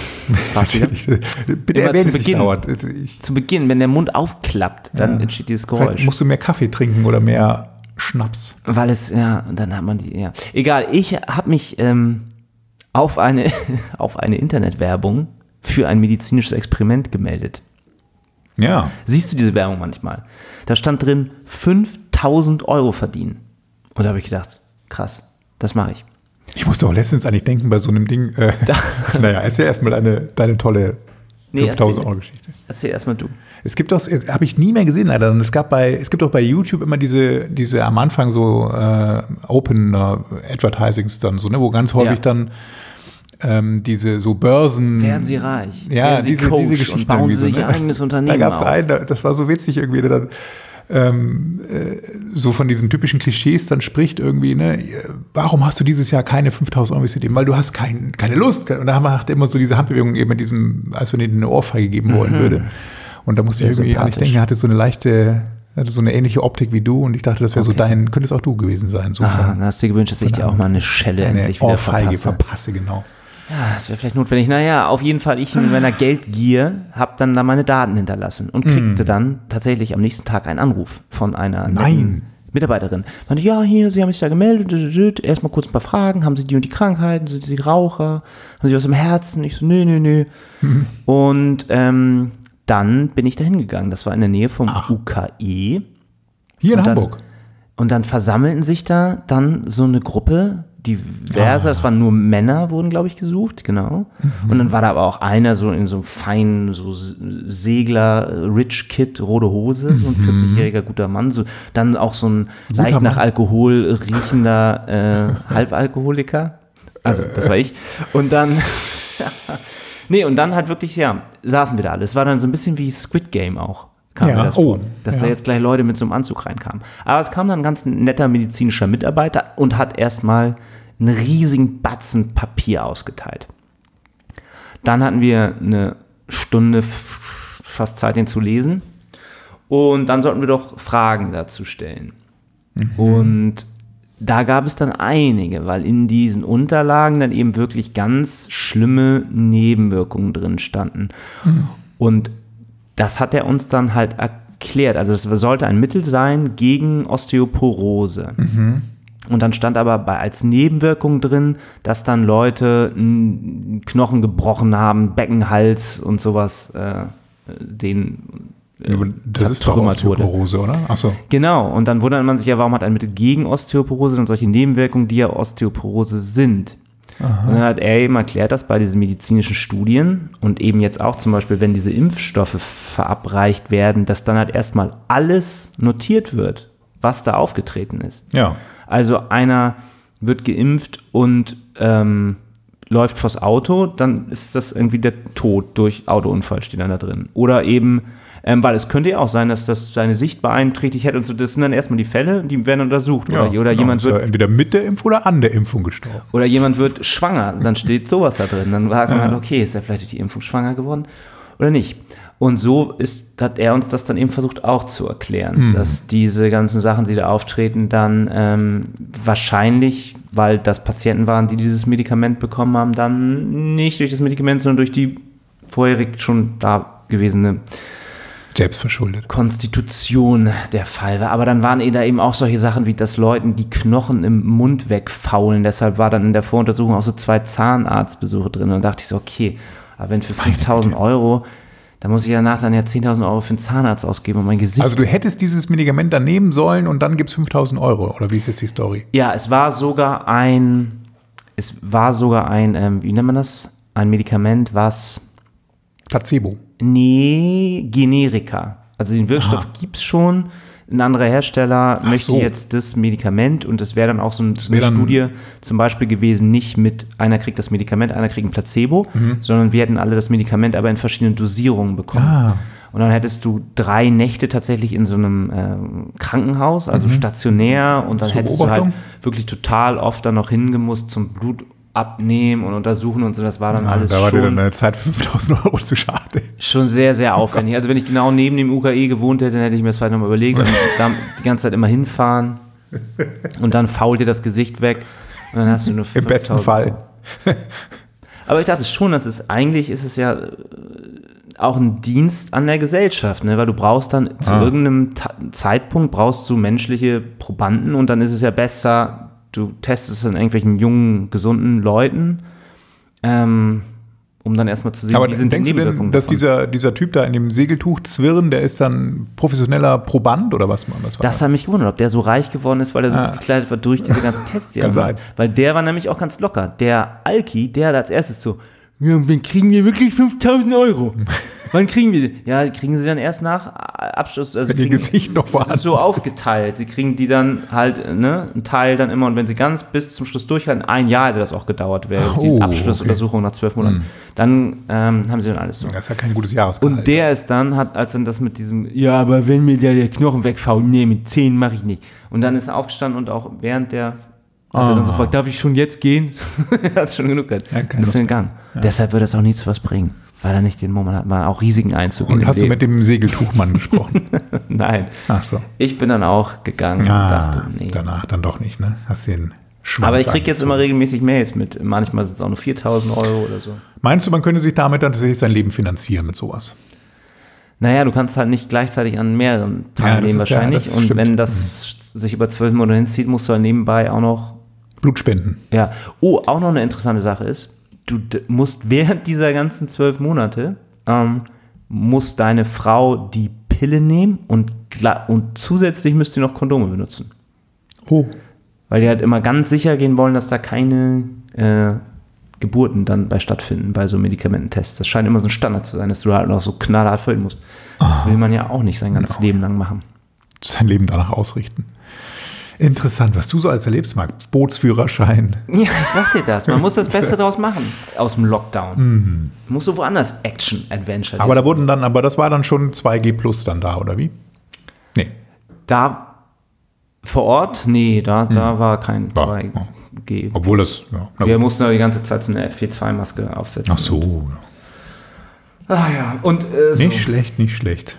du? Bitte erwähne es nicht dauernd. Zu Beginn, wenn der Mund aufklappt, dann ja. entsteht dieses Geräusch. Vielleicht musst du mehr Kaffee trinken oder mehr Schnaps. Weil es, ja, dann hat man die, ja. Egal, ich habe mich ähm, auf eine, auf eine Internetwerbung für ein medizinisches Experiment gemeldet. Ja. Siehst du diese Werbung manchmal? Da stand drin, fünftausend Euro verdienen. Und da habe ich gedacht, krass. Das mache ich. Ich musste auch letztens eigentlich denken bei so einem Ding. Äh, naja, erzähl erstmal deine, deine tolle nee, fünftausend Euro Geschichte. Erzähl erstmal du. Es gibt auch, habe ich nie mehr gesehen leider. Es gab bei, es gibt auch bei YouTube immer diese, diese am Anfang so äh, Open äh, Advertisings dann so, ne, wo ganz häufig ja. dann ähm, diese so Börsen. Werden Sie reich? Ja, werden Sie diese, Coach diese Geschichten und bauen Sie sich so, ne? Ihr eigenes Unternehmen Da gab es auf. einen, das war so witzig irgendwie, der dann Ähm, äh, so von diesen typischen Klischees dann spricht irgendwie, ne, warum hast du dieses Jahr keine fünftausend Euro investiert? Weil du hast kein, keine Lust. Und da macht er immer so diese Handbewegung eben mit diesem, als wenn er eine Ohrfeige geben wollen mhm. würde. Und da musste ich irgendwie an, ich denke, er hatte so eine leichte, hatte so eine ähnliche Optik wie du und ich dachte, das wäre okay. so dein, könnte es auch du gewesen sein. So ah, von, dann hast du dir gewünscht, dass ich dir auch mal eine Schelle eine endlich wieder Ohrfeige verpasse. verpasse, genau. Ja, das wäre vielleicht notwendig. Naja, auf jeden Fall, ich mit meiner Geldgier habe dann da meine Daten hinterlassen und kriegte mm. dann tatsächlich am nächsten Tag einen Anruf von einer Nein. Mitarbeiterin. Meinte, ja, hier, Sie haben sich da gemeldet, erstmal kurz ein paar Fragen, haben Sie die und die Krankheiten, sind Sie Raucher, haben Sie was im Herzen? Ich so, nö, nö, nö. Mhm. Und ähm, dann bin ich da hingegangen, das war in der Nähe vom Ach. U K E. Hier in und Hamburg. Dann, und dann versammelten sich da dann so eine Gruppe, diverse, ah. das waren nur Männer, wurden, glaube ich, gesucht, genau. Mhm. Und dann war da aber auch einer so in so einem feinen, so Segler, Rich Kid, rote Hose, so ein vierzigjähriger guter Mann. So, dann auch so ein guter leicht nach Mann. Alkohol riechender äh, Halbalkoholiker. Also, das war ich. Und dann, nee, und dann halt wirklich, ja, saßen wir da alle. Es war dann so ein bisschen wie Squid Game auch. Kam ja, mir das oh, vor, dass ja. da jetzt gleich Leute mit so einem Anzug reinkamen. Aber es kam dann ein ganz netter medizinischer Mitarbeiter und hat erstmal einen riesigen Batzen Papier ausgeteilt. Dann hatten wir eine Stunde f- fast Zeit, den zu lesen. Und dann sollten wir doch Fragen dazu stellen. Mhm. Und da gab es dann einige, weil in diesen Unterlagen dann eben wirklich ganz schlimme Nebenwirkungen drin standen. Mhm. Und das hat er uns dann halt erklärt. Also es sollte ein Mittel sein gegen Osteoporose. Mhm. Und dann stand aber bei, als Nebenwirkung drin, dass dann Leute n, Knochen gebrochen haben, Becken, Hals und sowas, äh, den äh, das ist doch Osteoporose, oder? Ach so. Genau, und dann wundert man sich ja, warum hat ein Mittel gegen Osteoporose und solche Nebenwirkungen, die ja Osteoporose sind. Aha. Und dann hat er eben erklärt, dass bei diesen medizinischen Studien und eben jetzt auch zum Beispiel, wenn diese Impfstoffe verabreicht werden, dass dann halt erstmal alles notiert wird, was da aufgetreten ist. Ja. Also einer wird geimpft und ähm, läuft vors Auto, dann ist das irgendwie der Tod durch Autounfall, steht dann da drin. Oder eben, ähm, weil es könnte ja auch sein, dass das seine Sicht beeinträchtigt hätte und so, das sind dann erstmal die Fälle, die werden untersucht. Ja, oder oder genau. jemand wird ja entweder mit der Impfung oder an der Impfung gestorben. Oder jemand wird schwanger, dann steht sowas da drin. Dann sagt man halt, okay, ist er vielleicht durch die Impfung schwanger geworden oder nicht? Und so ist, hat er uns das dann eben versucht auch zu erklären, mhm. dass diese ganzen Sachen, die da auftreten, dann ähm, wahrscheinlich, weil das Patienten waren, die dieses Medikament bekommen haben, dann nicht durch das Medikament, sondern durch die vorherig schon da gewesene selbstverschuldet Konstitution der Fall war. Aber dann waren eh da eben auch solche Sachen, wie dass Leuten die Knochen im Mund wegfaulen. Deshalb war dann in der Voruntersuchung auch so zwei Zahnarztbesuche drin. Und dann dachte ich so, okay, aber wenn für fünftausend Euro, da muss ich danach dann ja zehntausend Euro für einen Zahnarzt ausgeben und mein Gesicht. Also du hättest dieses Medikament dann nehmen sollen und dann gibt es fünftausend Euro, oder wie ist jetzt die Story? Ja, es war sogar ein, es war sogar ein, ähm, wie nennt man das? Ein Medikament, was... Placebo. Nee, Generika. Also den Wirkstoff gibt es schon. Ein anderer Hersteller Ach möchte so. jetzt das Medikament und das wäre dann auch so ein, eine dann Studie zum Beispiel gewesen, nicht mit einer kriegt das Medikament, einer kriegt ein Placebo, mhm. sondern wir hätten alle das Medikament aber in verschiedenen Dosierungen bekommen. Ah. Und dann hättest du drei Nächte tatsächlich in so einem äh, Krankenhaus, also mhm. stationär und dann Zur hättest du halt Beobachtung? wirklich total oft dann noch hingemusst zum Blut abnehmen und untersuchen und so, das war dann Ja, alles da war dir schon, dann eine Zeit für fünftausend Euro zu schade. schon sehr, sehr aufwendig. Also wenn ich genau neben dem U K E gewohnt hätte, dann hätte ich mir das vielleicht nochmal überlegt und dann die ganze Zeit immer hinfahren und dann fault dir das Gesicht weg und dann hast du nur Im besten Fall. Aber ich dachte schon, dass es eigentlich ist es ja auch ein Dienst an der Gesellschaft, ne? Weil du brauchst dann zu Ah. irgendeinem Ta- Zeitpunkt brauchst du menschliche Probanden und dann ist es ja besser, du testest an irgendwelchen jungen, gesunden Leuten, ähm, um dann erstmal zu sehen, Aber wie sind die denkst du denn, Nebenwirkungen dass davon. dieser, dieser Typ da in dem Segeltuch Zwirn, der ist dann professioneller Proband oder was? was war Das hat mich gewundert, ob der so reich geworden ist, weil er so Ah. gut gekleidet war durch diese ganzen Tests. Die er Kann gemacht sein. hat. Weil der war nämlich auch ganz locker. Der Alki, der hat als erstes so, ja, wann kriegen wir wirklich fünftausend Euro? Wann kriegen wir die? Ja, die kriegen sie dann erst nach Abschluss. Also Wenn ihr kriegen, Gesicht noch das vorhanden ist so aufgeteilt. Sie kriegen die dann halt, ne, einen Teil dann immer und wenn sie ganz bis zum Schluss durchhalten, ein Jahr hätte das auch gedauert, wäre Oh, die Abschlussuntersuchung nach zwölf Monaten. Hm. Dann ähm, haben sie dann alles so. Das ist ja kein gutes Jahresgehalt. Und der ist dann, hat als dann das mit diesem, ja, aber wenn mir der, der Knochen wegfault, nee, mit zehn mache ich nicht. Und dann ist er aufgestanden und auch während der, hat er dann so gefragt, darf ich schon jetzt gehen? Er hat schon genug gehabt. Ja, keine ist Lust gegangen. Ja. Deshalb wird das auch nie zu was bringen, weil er nicht den Moment hat, mal auch riesigen Einzug in Und den hast du Leben. mit dem Segeltuchmann gesprochen? Nein. Ach so. Ich bin dann auch gegangen Ah, und dachte, nee. danach dann doch nicht, ne? Hast den Schwanz Aber ich kriege jetzt angezogen. immer regelmäßig Mails mit, manchmal sind es auch nur viertausend Euro oder so. Meinst du, man könnte sich damit dann tatsächlich sein Leben finanzieren mit sowas? Naja, du kannst halt nicht gleichzeitig an mehreren Ja, teilnehmen das ist ja- wahrscheinlich. das und stimmt. wenn das sich über zwölf Monate hinzieht, musst du halt nebenbei auch noch. Blutspenden. Ja. Oh, auch noch eine interessante Sache ist, du d- musst während dieser ganzen zwölf Monate, ähm, muss deine Frau die Pille nehmen und, gla- und zusätzlich müsst ihr noch Kondome benutzen. Oh. Weil die halt immer ganz sicher gehen wollen, dass da keine äh, Geburten dann bei stattfinden, bei so Medikamententests. Das scheint immer so ein Standard zu sein, dass du halt noch so knallhart füllen musst. Das will man ja auch nicht sein ganzes Genau. Leben lang machen. Sein Leben danach ausrichten. Interessant, was du so alles erlebst, Marc. Bootsführerschein. Ja, ich sag dir das. Man muss das Beste draus machen aus dem Lockdown. Mhm. Muss so woanders Action-Adventure. Aber da wurden dann, aber das war dann schon zwei G plus dann da, oder wie? Nee. Da vor Ort, nee, da, da war kein War- zwei G. Obwohl das, ja. na Wir gut. mussten da die ganze Zeit so eine F vier zwei Maske aufsetzen. Ach so. Ah ja, und äh, so. Nicht schlecht, nicht schlecht.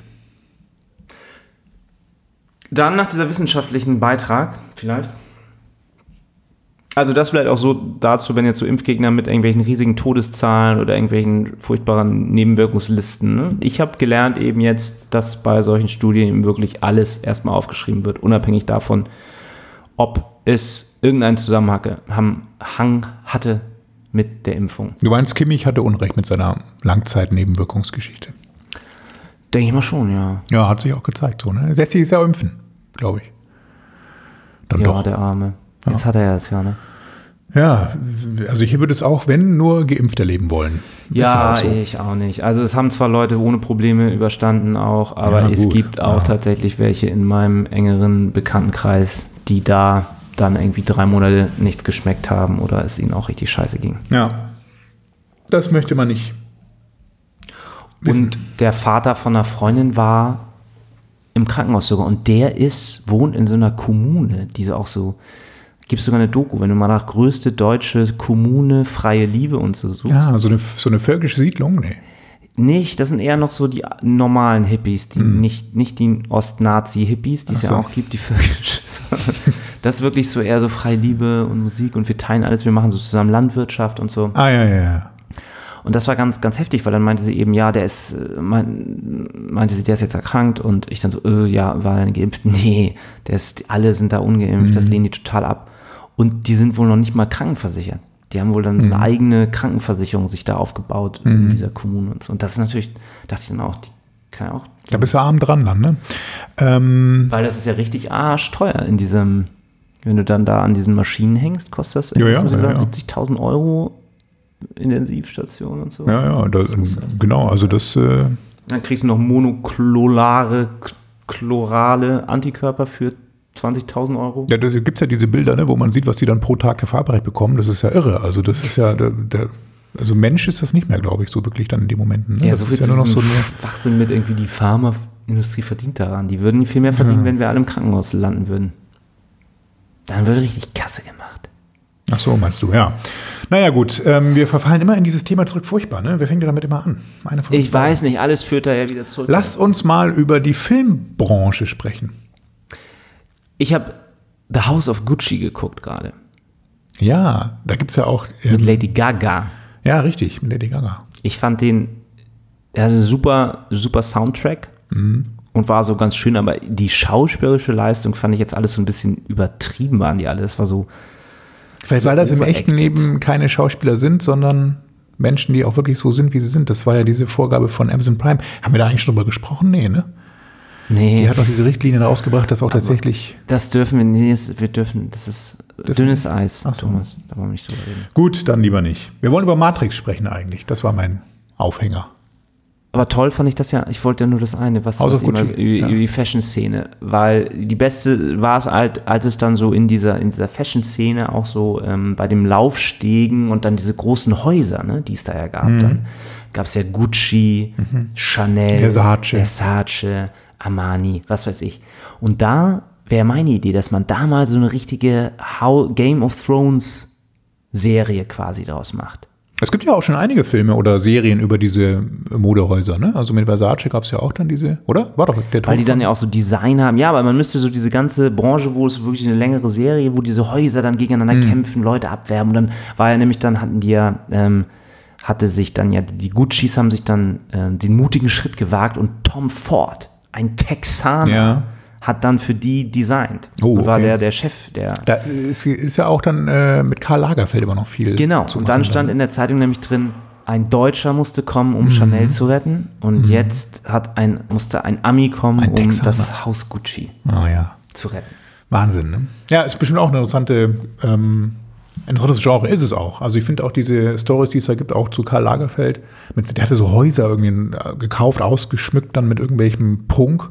Dann nach dieser wissenschaftlichen Beitrag, vielleicht. Also das vielleicht auch so dazu, wenn jetzt so Impfgegner mit irgendwelchen riesigen Todeszahlen oder irgendwelchen furchtbaren Nebenwirkungslisten. Ne? Ich habe gelernt eben jetzt, dass bei solchen Studien eben wirklich alles erstmal aufgeschrieben wird, unabhängig davon, ob es irgendeinen Zusammenhang Hang hatte mit der Impfung. Du meinst, Kimmich hatte Unrecht mit seiner Langzeitnebenwirkungsgeschichte? Denke ich mal schon, ja. Ja, hat sich auch gezeigt so, ne? Er setzt sich jetzt ja impfen, glaube ich. Dann ja, doch. der Arme. Jetzt ja. hat er ja das ja, ne? Ja, also ich würde es auch, wenn, nur geimpft erleben wollen. Ja, auch so. Ich auch nicht. Also es haben zwar Leute ohne Probleme überstanden auch, aber ja, es gibt auch ja. tatsächlich welche in meinem engeren Bekanntenkreis, die da dann irgendwie drei Monate nichts geschmeckt haben oder es ihnen auch richtig scheiße ging. Ja, das möchte man nicht wissen. Und der Vater von einer Freundin war im Krankenhaus sogar und der ist, wohnt in so einer Kommune, die so auch so, gibt es sogar eine Doku, wenn du mal nach größte deutsche Kommune, freie Liebe und so suchst. Ja, so eine, so eine völkische Siedlung, nee. Nicht, das sind eher noch so die normalen Hippies, die hm. nicht, nicht die Ost-Nazi-Hippies, die es so. ja auch gibt, die völkische. Das ist wirklich so eher so freie Liebe und Musik und wir teilen alles, wir machen so zusammen Landwirtschaft und so. Ah, ja, ja, ja. Und das war ganz, ganz heftig, weil dann meinte sie eben, ja, der ist, mein, meinte sie, der ist jetzt erkrankt und ich dann so, äh, ja, war er geimpft? Nee, der ist, alle sind da ungeimpft, mhm. das lehnen die total ab. Und die sind wohl noch nicht mal krankenversichert. Die haben wohl dann mhm. so eine eigene Krankenversicherung sich da aufgebaut mhm. in dieser Kommune und so. Und das ist natürlich, dachte ich dann auch, die kann ja auch. Da bist du arm dran dann, ne? Ähm, weil das ist ja richtig arschteuer in diesem, wenn du dann da an diesen Maschinen hängst, kostet das ja, ja, gesagt, ja, ja. siebzigtausend Euro Intensivstation und so. Ja, ja, das, genau, also das. Äh dann kriegst du noch monoklorale, chlorale Antikörper für zwanzigtausend Euro. Ja, da gibt es ja diese Bilder, ne, wo man sieht, was die dann pro Tag verabreicht bekommen. Das ist ja irre. Also, das ist ja, der, der, also Mensch ist das nicht mehr, glaube ich, so wirklich dann in den Momenten. Ne? Ja, das so ist viel ja nur noch so eine Schwachsinn mit irgendwie die Pharmaindustrie verdient daran. Die würden viel mehr verdienen, ja. wenn wir alle im Krankenhaus landen würden. Dann würde richtig Kasse gemacht. Ach so, meinst du, ja. Naja gut, ähm, wir verfallen immer in dieses Thema zurück, furchtbar, ne? Wer fängt ja damit immer an? Eine von uns ich weiß nicht, alles führt da ja wieder zurück. Lasst uns mal über die Filmbranche sprechen. Ich habe The House of Gucci geguckt gerade. Ja, da gibt es ja auch... Ähm, mit Lady Gaga. Ja, richtig, mit Lady Gaga. Ich fand den, er hatte einen super, super Soundtrack mhm. und war so ganz schön, aber die schauspielerische Leistung fand ich jetzt alles so ein bisschen übertrieben, waren die alle. Das war so... Vielleicht, so weil das im echten Leben keine Schauspieler sind, sondern Menschen, die auch wirklich so sind, wie sie sind. Das war ja diese Vorgabe von Amazon Prime. Haben wir da eigentlich schon drüber gesprochen? Nee, ne? Nee. Die hat noch diese Richtlinien rausgebracht, dass auch aber tatsächlich... Das dürfen wir nicht, wir dürfen, das ist dürfen dünnes Eis, Ach so. Thomas, da wollen wir nicht drüber reden. Gut, dann lieber nicht. Wir wollen über Matrix sprechen eigentlich, das war mein Aufhänger. Aber toll fand ich das ja, ich wollte ja nur das eine, was, was immer über, ja. über die Fashion-Szene, weil die beste war es halt, als es dann so in dieser, in dieser Fashion-Szene auch so ähm, bei dem Laufstegen und dann diese großen Häuser, ne, die es da ja gab, mhm. dann gab es ja Gucci, mhm. Chanel, Versace. Versace, Armani, was weiß ich. Und da wäre meine Idee, dass man da mal so eine richtige How Game of Thrones Serie quasi draus macht. Es gibt ja auch schon einige Filme oder Serien über diese Modehäuser, ne? Also mit Versace gab es ja auch dann diese, oder? War doch der Weil die dann ja auch so Design haben. Ja, aber man müsste so diese ganze Branche, wo es wirklich eine längere Serie, wo diese Häuser dann gegeneinander mhm. kämpfen, Leute abwerben. Und dann war ja nämlich, dann hatten die ja, ähm, hatte sich dann ja, die Guccis haben sich dann äh, den mutigen Schritt gewagt und Tom Ford, ein Texaner, ja. hat dann für die designt. Oh, und war okay. der, der Chef. Der da ist, ist ja auch dann äh, mit Karl Lagerfeld immer noch viel. Genau, und dann stand dann in der Zeitung nämlich drin, ein Deutscher musste kommen, um mhm. Chanel zu retten. Und mhm. jetzt hat ein, musste ein Ami kommen, ein um Texaner. Das Haus Gucci oh, ja. zu retten. Wahnsinn, ne? Ja, ist bestimmt auch eine interessante, ähm, ein interessantes Genre, ist es auch. Also ich finde auch diese Storys, die es da gibt, auch zu Karl Lagerfeld. Mit, der hatte so Häuser irgendwie gekauft, ausgeschmückt, dann mit irgendwelchem Prunk.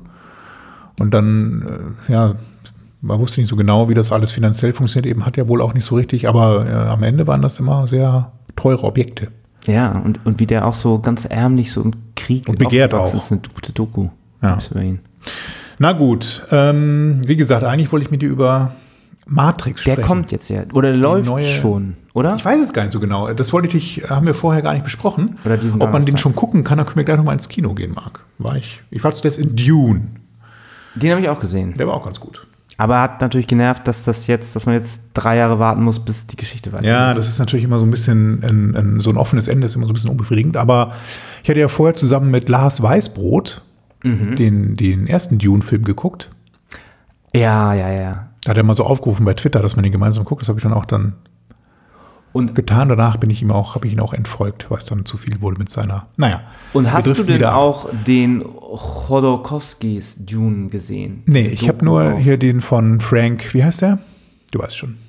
Und dann, äh, ja, man wusste nicht so genau, wie das alles finanziell funktioniert. Eben hat ja wohl auch nicht so richtig, aber äh, am Ende waren das immer sehr teure Objekte. Ja, und, und wie der auch so ganz ärmlich so im Krieg und begehrt auch. Das ist eine gute Doku. Ja. Über ihn. Na gut, ähm, wie gesagt, eigentlich wollte ich mit dir über Matrix sprechen. Der kommt jetzt ja, oder läuft neue, schon, oder? Ich weiß es gar nicht so genau. Das wollte ich, haben wir vorher gar nicht besprochen. Oder diesen Ob man den schon gucken kann, dann können wir gleich nochmal ins Kino gehen, Marc. War ich, ich war zuletzt in Dune. Den habe ich auch gesehen. Der war auch ganz gut. Aber hat natürlich genervt, dass das jetzt, dass man jetzt drei Jahre warten muss, bis die Geschichte weitergeht. Ja, das ist natürlich immer so ein bisschen ein, ein, so ein offenes Ende, ist immer so ein bisschen unbefriedigend. Aber ich hatte ja vorher zusammen mit Lars Weißbrot mhm. den, den ersten Dune-Film geguckt. Ja, ja, ja. Da Hat er mal so aufgerufen bei Twitter, dass man den gemeinsam guckt. Das habe ich dann auch dann und getan. Danach bin ich ihm auch, habe ich ihn auch entfolgt, weil es dann zu viel wurde mit seiner. Naja. Und hast du denn auch den Chodorkowskis Dune gesehen? Nee, ich habe nur hier den von Frank, wie heißt der? Du weißt schon.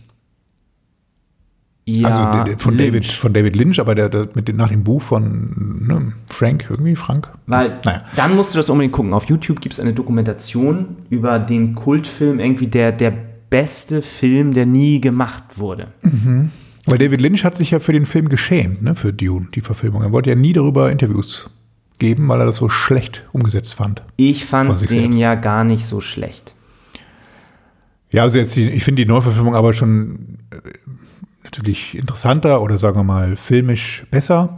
Ja, also der, der von, Lynch. David, von David Lynch, aber der, der mit dem, nach dem Buch von ne, Frank, irgendwie Frank. Weil naja. Dann musst du das unbedingt gucken. Auf YouTube gibt es eine Dokumentation über den Kultfilm, irgendwie der, der beste Film, der nie gemacht wurde. Mhm. Weil David Lynch hat sich ja für den Film geschämt, ne, für Dune, die Verfilmung. Er wollte ja nie darüber Interviews geben, weil er das so schlecht umgesetzt fand. Ich fand den selbst. ja gar nicht so schlecht. Ja, also jetzt die, ich finde die Neuverfilmung aber schon äh, natürlich interessanter oder sagen wir mal filmisch besser.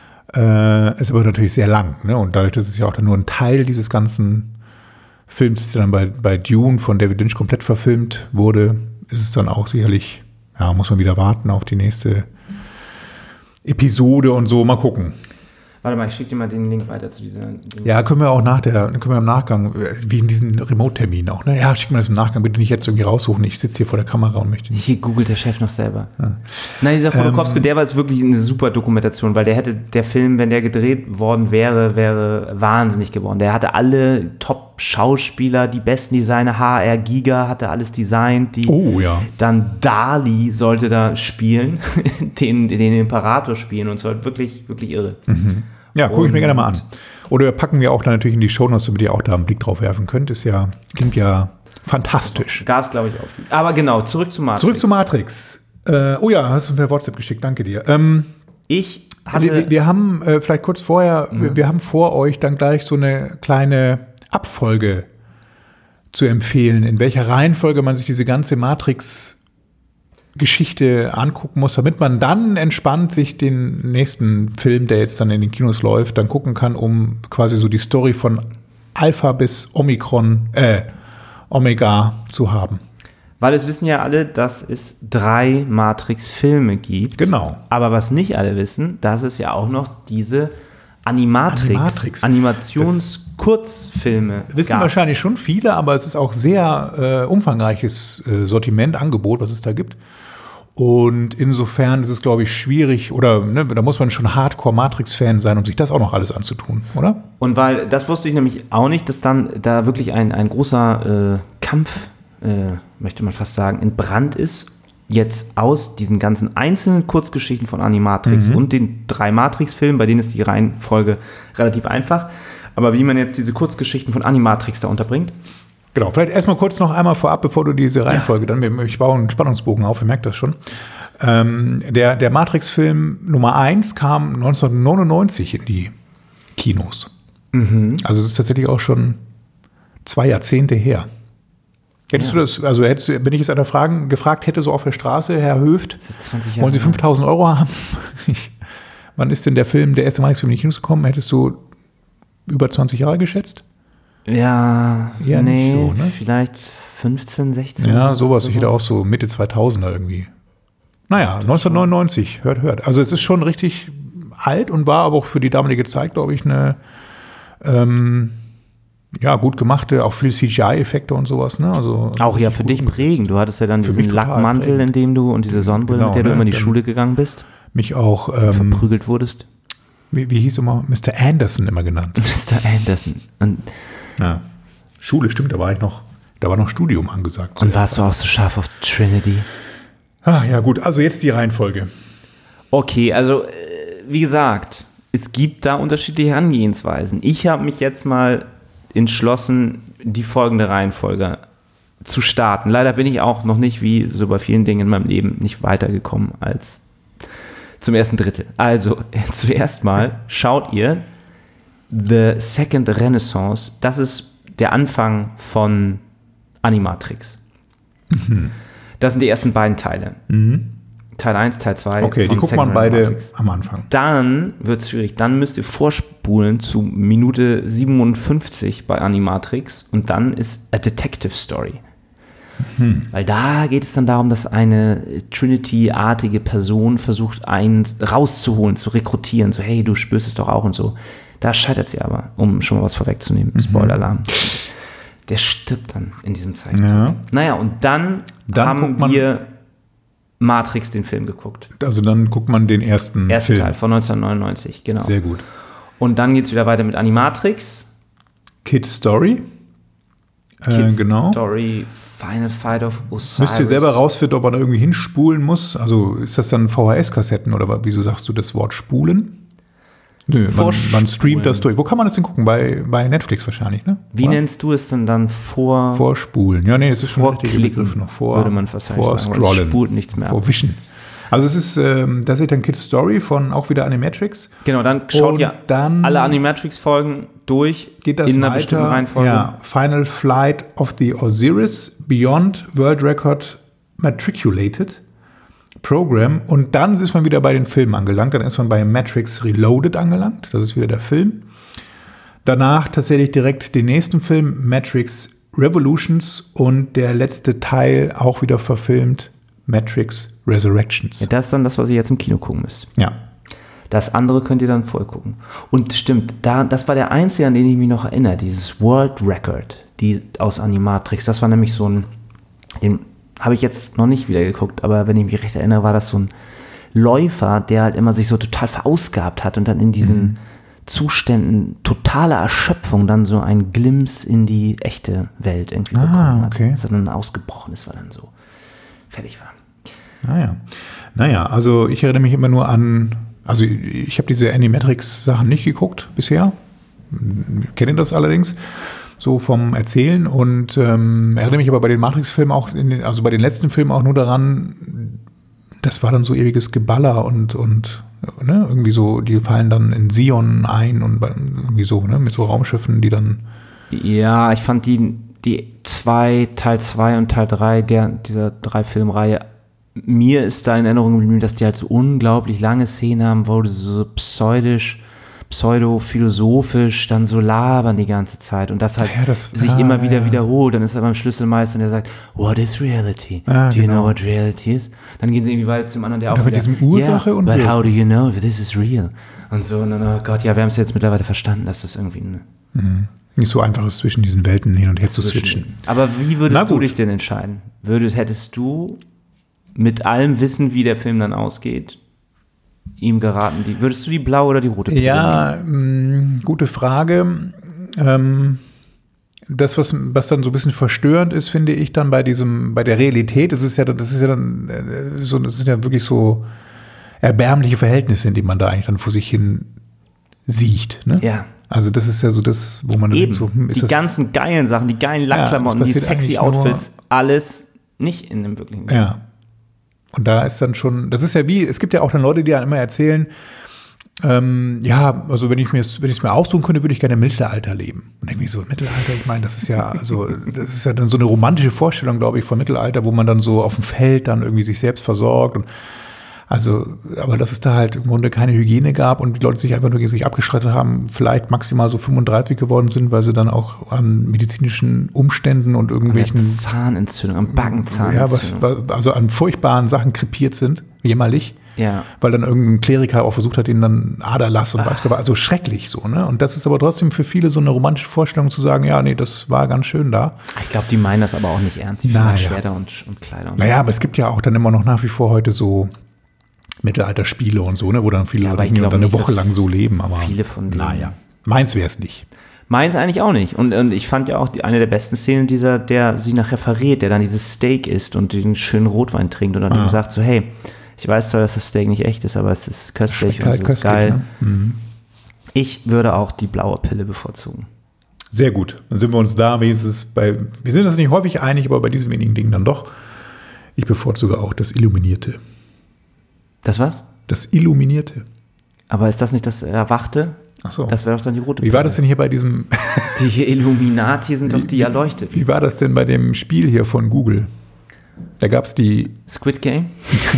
Äh, ist aber natürlich sehr lang. Ne? Und dadurch, dass es ja auch dann nur ein Teil dieses ganzen Films, der dann bei, bei Dune von David Lynch komplett verfilmt wurde, ist es dann auch sicherlich, ja, muss man wieder warten auf die nächste Episode und so. Mal gucken. Warte mal, ich schicke dir mal den Link weiter zu dieser. Ja, können wir auch nach der, können wir im Nachgang, wie in diesen Remote-Terminen auch, ne? Ja, schick mir das im Nachgang, bitte nicht jetzt irgendwie raussuchen. Ich sitze hier vor der Kamera und möchte nicht. Hier googelt der Chef noch selber. Ja. Nein, dieser Chodorkowski, ähm, der war jetzt wirklich eine super Dokumentation, weil der hätte, der Film, wenn der gedreht worden wäre, wäre wahnsinnig geworden. Der hatte alle Top-Schauspieler, die besten Designer, H R Giger hatte alles designt. Die, oh ja. Dann Dali sollte da spielen, den, den Imperator spielen und so, halt wirklich, wirklich irre. Mhm. Ja, gucke ich mir gerne mal an. Oder packen wir auch dann natürlich in die Shownotes, damit ihr auch da einen Blick drauf werfen könnt. Ist ja, klingt ja fantastisch. Gab es, glaube ich, auch. Aber genau, zurück zu Matrix. Zurück zu Matrix. Äh, oh ja, hast du mir per WhatsApp geschickt, danke dir. Ähm, ich hatte... Wir, wir haben, äh, vielleicht kurz vorher, ja. wir, wir haben vor euch dann gleich so eine kleine Abfolge zu empfehlen, in welcher Reihenfolge man sich diese ganze Matrix Geschichte angucken muss, damit man dann entspannt sich den nächsten Film, der jetzt dann in den Kinos läuft, dann gucken kann, um quasi so die Story von Alpha bis Omikron, äh, Omega zu haben. Weil es wissen ja alle, dass es drei Matrix-Filme gibt. Genau. Aber was nicht alle wissen, dass es ja auch noch diese Animatrix, Animatrix. Animations-Kurzfilme wissen gab. Wahrscheinlich schon viele, aber es ist auch sehr äh, umfangreiches äh, Sortiment, Angebot, was es da gibt. Und insofern ist es, glaube ich, schwierig, oder ne, da muss man schon Hardcore-Matrix-Fan sein, um sich das auch noch alles anzutun, oder? Und weil, das wusste ich nämlich auch nicht, dass dann da wirklich ein, ein großer äh, Kampf, äh, möchte man fast sagen, entbrannt ist, jetzt aus diesen ganzen einzelnen Kurzgeschichten von Animatrix mhm. und den drei Matrix-Filmen, bei denen ist die Reihenfolge relativ einfach, aber wie man jetzt diese Kurzgeschichten von Animatrix da unterbringt. Genau, vielleicht erstmal kurz noch einmal vorab, bevor du diese Reihenfolge ja. dann, ich baue einen Spannungsbogen auf, ihr merkt das schon. Ähm, der der Matrix-Film Nummer eins kam neunzehnhundertneunundneunzig in die Kinos. Mhm. Also es ist tatsächlich auch schon zwei Jahrzehnte her. Hättest ja. du das, also hättest du, wenn ich jetzt einer Fragen, gefragt hätte, so auf der Straße, Herr Höft, das ist zwanzig Jahre wollen Sie fünftausend Euro haben? Wann ist denn der Film, der erste Matrix-Film in die Kinos gekommen? Hättest du über zwanzig Jahre geschätzt? Ja, ja nee, so, ne? vielleicht fünfzehn, sechzehn. Ja, sowas. sowas. Ich hätte auch so Mitte zweitausender irgendwie. Naja, neunzehnhundertneunundneunzig, hört, hört. Also es ist schon richtig alt und war aber auch für die damalige Zeit, glaube ich, eine ähm, ja, gut gemachte, auch viel C G I-Effekte und sowas. Ne? Also auch ja für dich prägend. Du hattest ja dann diesen Lackmantel, prägend. in dem du und diese Sonnenbrille, genau, mit der ne? du immer in die Schule gegangen bist. Mich auch ähm, verprügelt wurdest. Wie, wie hieß immer? Mister Anderson immer genannt. Mister Anderson. Und ja. Schule, stimmt, da war ich noch, da war noch Studium angesagt. Und warst du auch so scharf auf Trinity? Ah, ja gut, also jetzt die Reihenfolge. Okay, also äh, wie gesagt, es gibt da unterschiedliche Herangehensweisen. Ich habe mich jetzt mal entschlossen, die folgende Reihenfolge zu starten. Leider bin ich auch noch nicht, wie so bei vielen Dingen in meinem Leben, nicht weitergekommen als zum ersten Drittel. Also, zuerst mal schaut ihr The Second Renaissance. Das ist der Anfang von Animatrix. Mhm. Das sind die ersten beiden Teile. Mhm. Teil eins, Teil zwei. Okay, die guckt man beide Animatrix. Am Anfang. Dann wird es schwierig. Dann müsst ihr vorspulen zu Minute siebenundfünfzig bei Animatrix. Und dann ist A Detective Story. Hm. Weil da geht es dann darum, dass eine Trinity-artige Person versucht, einen rauszuholen, zu rekrutieren. So, hey, du spürst es doch auch und so. Da scheitert sie aber, um schon mal was vorwegzunehmen. Mhm. Spoiler-Alarm. Der stirbt dann in diesem Zeitpunkt. Ja. Naja, und dann, Dann haben guckt man- wir Matrix, den Film, geguckt. Also dann guckt man den ersten Erster Film. Teil von neunzehnhundertneunundneunzig, genau. Sehr gut. Und dann geht es wieder weiter mit Animatrix. Kid's Story. Äh, Kids genau. Story, Final Fight of Osiris. Müsst ihr selber rausfinden, ob man da irgendwie hinspulen muss. Also ist das dann V H S-Kassetten oder wieso sagst du das Wort spulen? Nö, man, Vorspulen. man streamt das durch. Wo kann man das denn gucken? Bei, bei Netflix wahrscheinlich, ne? Wie Oder? nennst du es denn dann vor... Vorspulen. Ja, nee, es ist schon der richtige Vorklicken, Begriff noch. Vor, würde man wahrscheinlich sagen, weil es Vorscrollen. spult nichts mehr ab. Vorwischen. Also es ist, ähm, das ist dann Kid's Story von auch wieder Animatrix. Genau, dann schaut Und ihr dann alle Animatrix-Folgen durch Geht das in einer weiter? bestimmten Reihenfolge. Ja, Final Flight of the Osiris Beyond World Record Matriculated Program. Und dann ist man wieder bei den Filmen angelangt. Dann ist man bei Matrix Reloaded angelangt. Das ist wieder der Film. Danach tatsächlich direkt den nächsten Film, Matrix Revolutions. Und der letzte Teil auch wieder verfilmt, Matrix Resurrections. Ja, das ist dann das, was ihr jetzt im Kino gucken müsst. Ja. Das andere könnt ihr dann voll gucken. Und stimmt, da, das war der einzige, an den ich mich noch erinnere, dieses World Record, die aus Animatrix. Das war nämlich so ein, den habe ich jetzt noch nicht wieder geguckt, aber wenn ich mich recht erinnere, war das so ein Läufer, der halt immer sich so total verausgabt hat und dann in diesen mhm. Zuständen totaler Erschöpfung dann so ein Glimpse in die echte Welt irgendwie Ah, bekommen hat. okay. Dass er dann ausgebrochen ist, weil er dann so fertig war. Naja. Naja, also ich erinnere mich immer nur an, also ich habe diese Animatrix-Sachen nicht geguckt bisher. Ich kenne das allerdings so vom Erzählen und ähm, erinnere mich aber bei den Matrix-Filmen auch, in den, also bei den letzten Filmen auch nur daran, das war dann so ewiges Geballer und, und ne, irgendwie so, die fallen dann in Sion ein und irgendwie so, ne, mit so Raumschiffen, die dann. Ja, ich fand die, die zwei, Teil zwei und Teil drei der, dieser drei Filmreihe, mir ist da in Erinnerung geblieben, dass die halt so unglaublich lange Szenen haben, wo sie so pseudisch, pseudo-philosophisch dann so labern die ganze Zeit und das halt ja, das, sich ah, immer wieder ja. wiederholt. Dann ist er beim Schlüsselmeister und der sagt, what is reality? Ah, do you genau. know what reality is? Dann gehen sie irgendwie weiter zum anderen, der auch mit wieder, diesem Ursache yeah, und but Wirkung. how do you know if this is real? Und so, und dann, oh Gott, ja, wir haben es jetzt mittlerweile verstanden, dass das irgendwie eine Mhm. Nicht so einfach ist, zwischen diesen Welten hin und her zu switchen. Aber wie würdest Na du gut. dich denn entscheiden? Würdest, hättest du mit allem Wissen, wie der Film dann ausgeht, ihm geraten, die, würdest du die blaue oder die rote Pille Ja, mh, gute Frage. Ähm, das, was, was dann so ein bisschen verstörend ist, finde ich dann bei diesem, bei der Realität, das ist ja, das ist ja dann äh, so, das sind ja wirklich so erbärmliche Verhältnisse, in denen man da eigentlich dann vor sich hin sieht. Ne? Ja. Also das ist ja so das, wo man dann Eben, denkt, so, hm, ist die das, ganzen geilen Sachen, die geilen Lackklamotten, Ja, das die passiert sexy eigentlich nur- Outfits, alles nicht in dem wirklichen Leben. Ja. Und da ist dann schon, das ist ja wie, es gibt ja auch dann Leute, die dann immer erzählen, ähm, ja, also wenn ich mir wenn ich es mir aussuchen könnte, würde ich gerne im Mittelalter leben. Und denke ich so, Mittelalter, ich meine, das ist ja, also, das ist ja dann so eine romantische Vorstellung, glaube ich, von Mittelalter, wo man dann so auf dem Feld dann irgendwie sich selbst versorgt und also, aber dass es da halt im Grunde keine Hygiene gab und die Leute sich einfach nur gegen sich abgeschottet haben, vielleicht maximal so fünfunddreißig geworden sind, weil sie dann auch an medizinischen Umständen und Eine irgendwelchen Zahnentzündung, am Backenzahnentzündung. ja, was, also an furchtbaren Sachen krepiert sind, jämmerlich, Ja. weil dann irgendein Kleriker auch versucht hat, ihnen dann Aderlass und weiß Gott, also schrecklich so, ne? Und das ist aber trotzdem für viele so eine romantische Vorstellung zu sagen, ja, nee, das war ganz schön da. Ich glaube, die meinen das aber auch nicht ernst. Die finden Na halt ja. Schwerter und, und Kleider und Naja, aber es gibt ja auch dann immer noch nach wie vor heute so Mittelalterspiele und so, ne, wo dann viele Ja, aber Leute ich dann glaube eine nicht, Woche dass lang so leben, aber viele von denen- naja, meins wäre es nicht. Meins eigentlich auch nicht. Und, und ich fand ja auch die, eine der besten Szenen dieser, der sie nachher verrät, der dann dieses Steak isst und den schönen Rotwein trinkt und dann Ah. ihm sagt so, hey, ich weiß zwar, dass das Steak nicht echt ist, aber es ist köstlich Schmeckt und halt es ist köstlich, geil. ne? Mhm. Ich würde auch die blaue Pille bevorzugen. Sehr gut. Dann sind wir uns da wenigstens bei, wir sind uns nicht häufig einig, aber bei diesem wenigen Ding dann doch. Ich bevorzuge auch das Illuminierte. Das was? Das Illuminierte. Aber ist das nicht das Erwachte? Ach so. Das wäre doch dann die rote Wie war das denn hier bei diesem, Die Illuminati sind doch die erleuchtet. wie war das denn bei dem Spiel hier von Google? Da gab es die, Squid Game?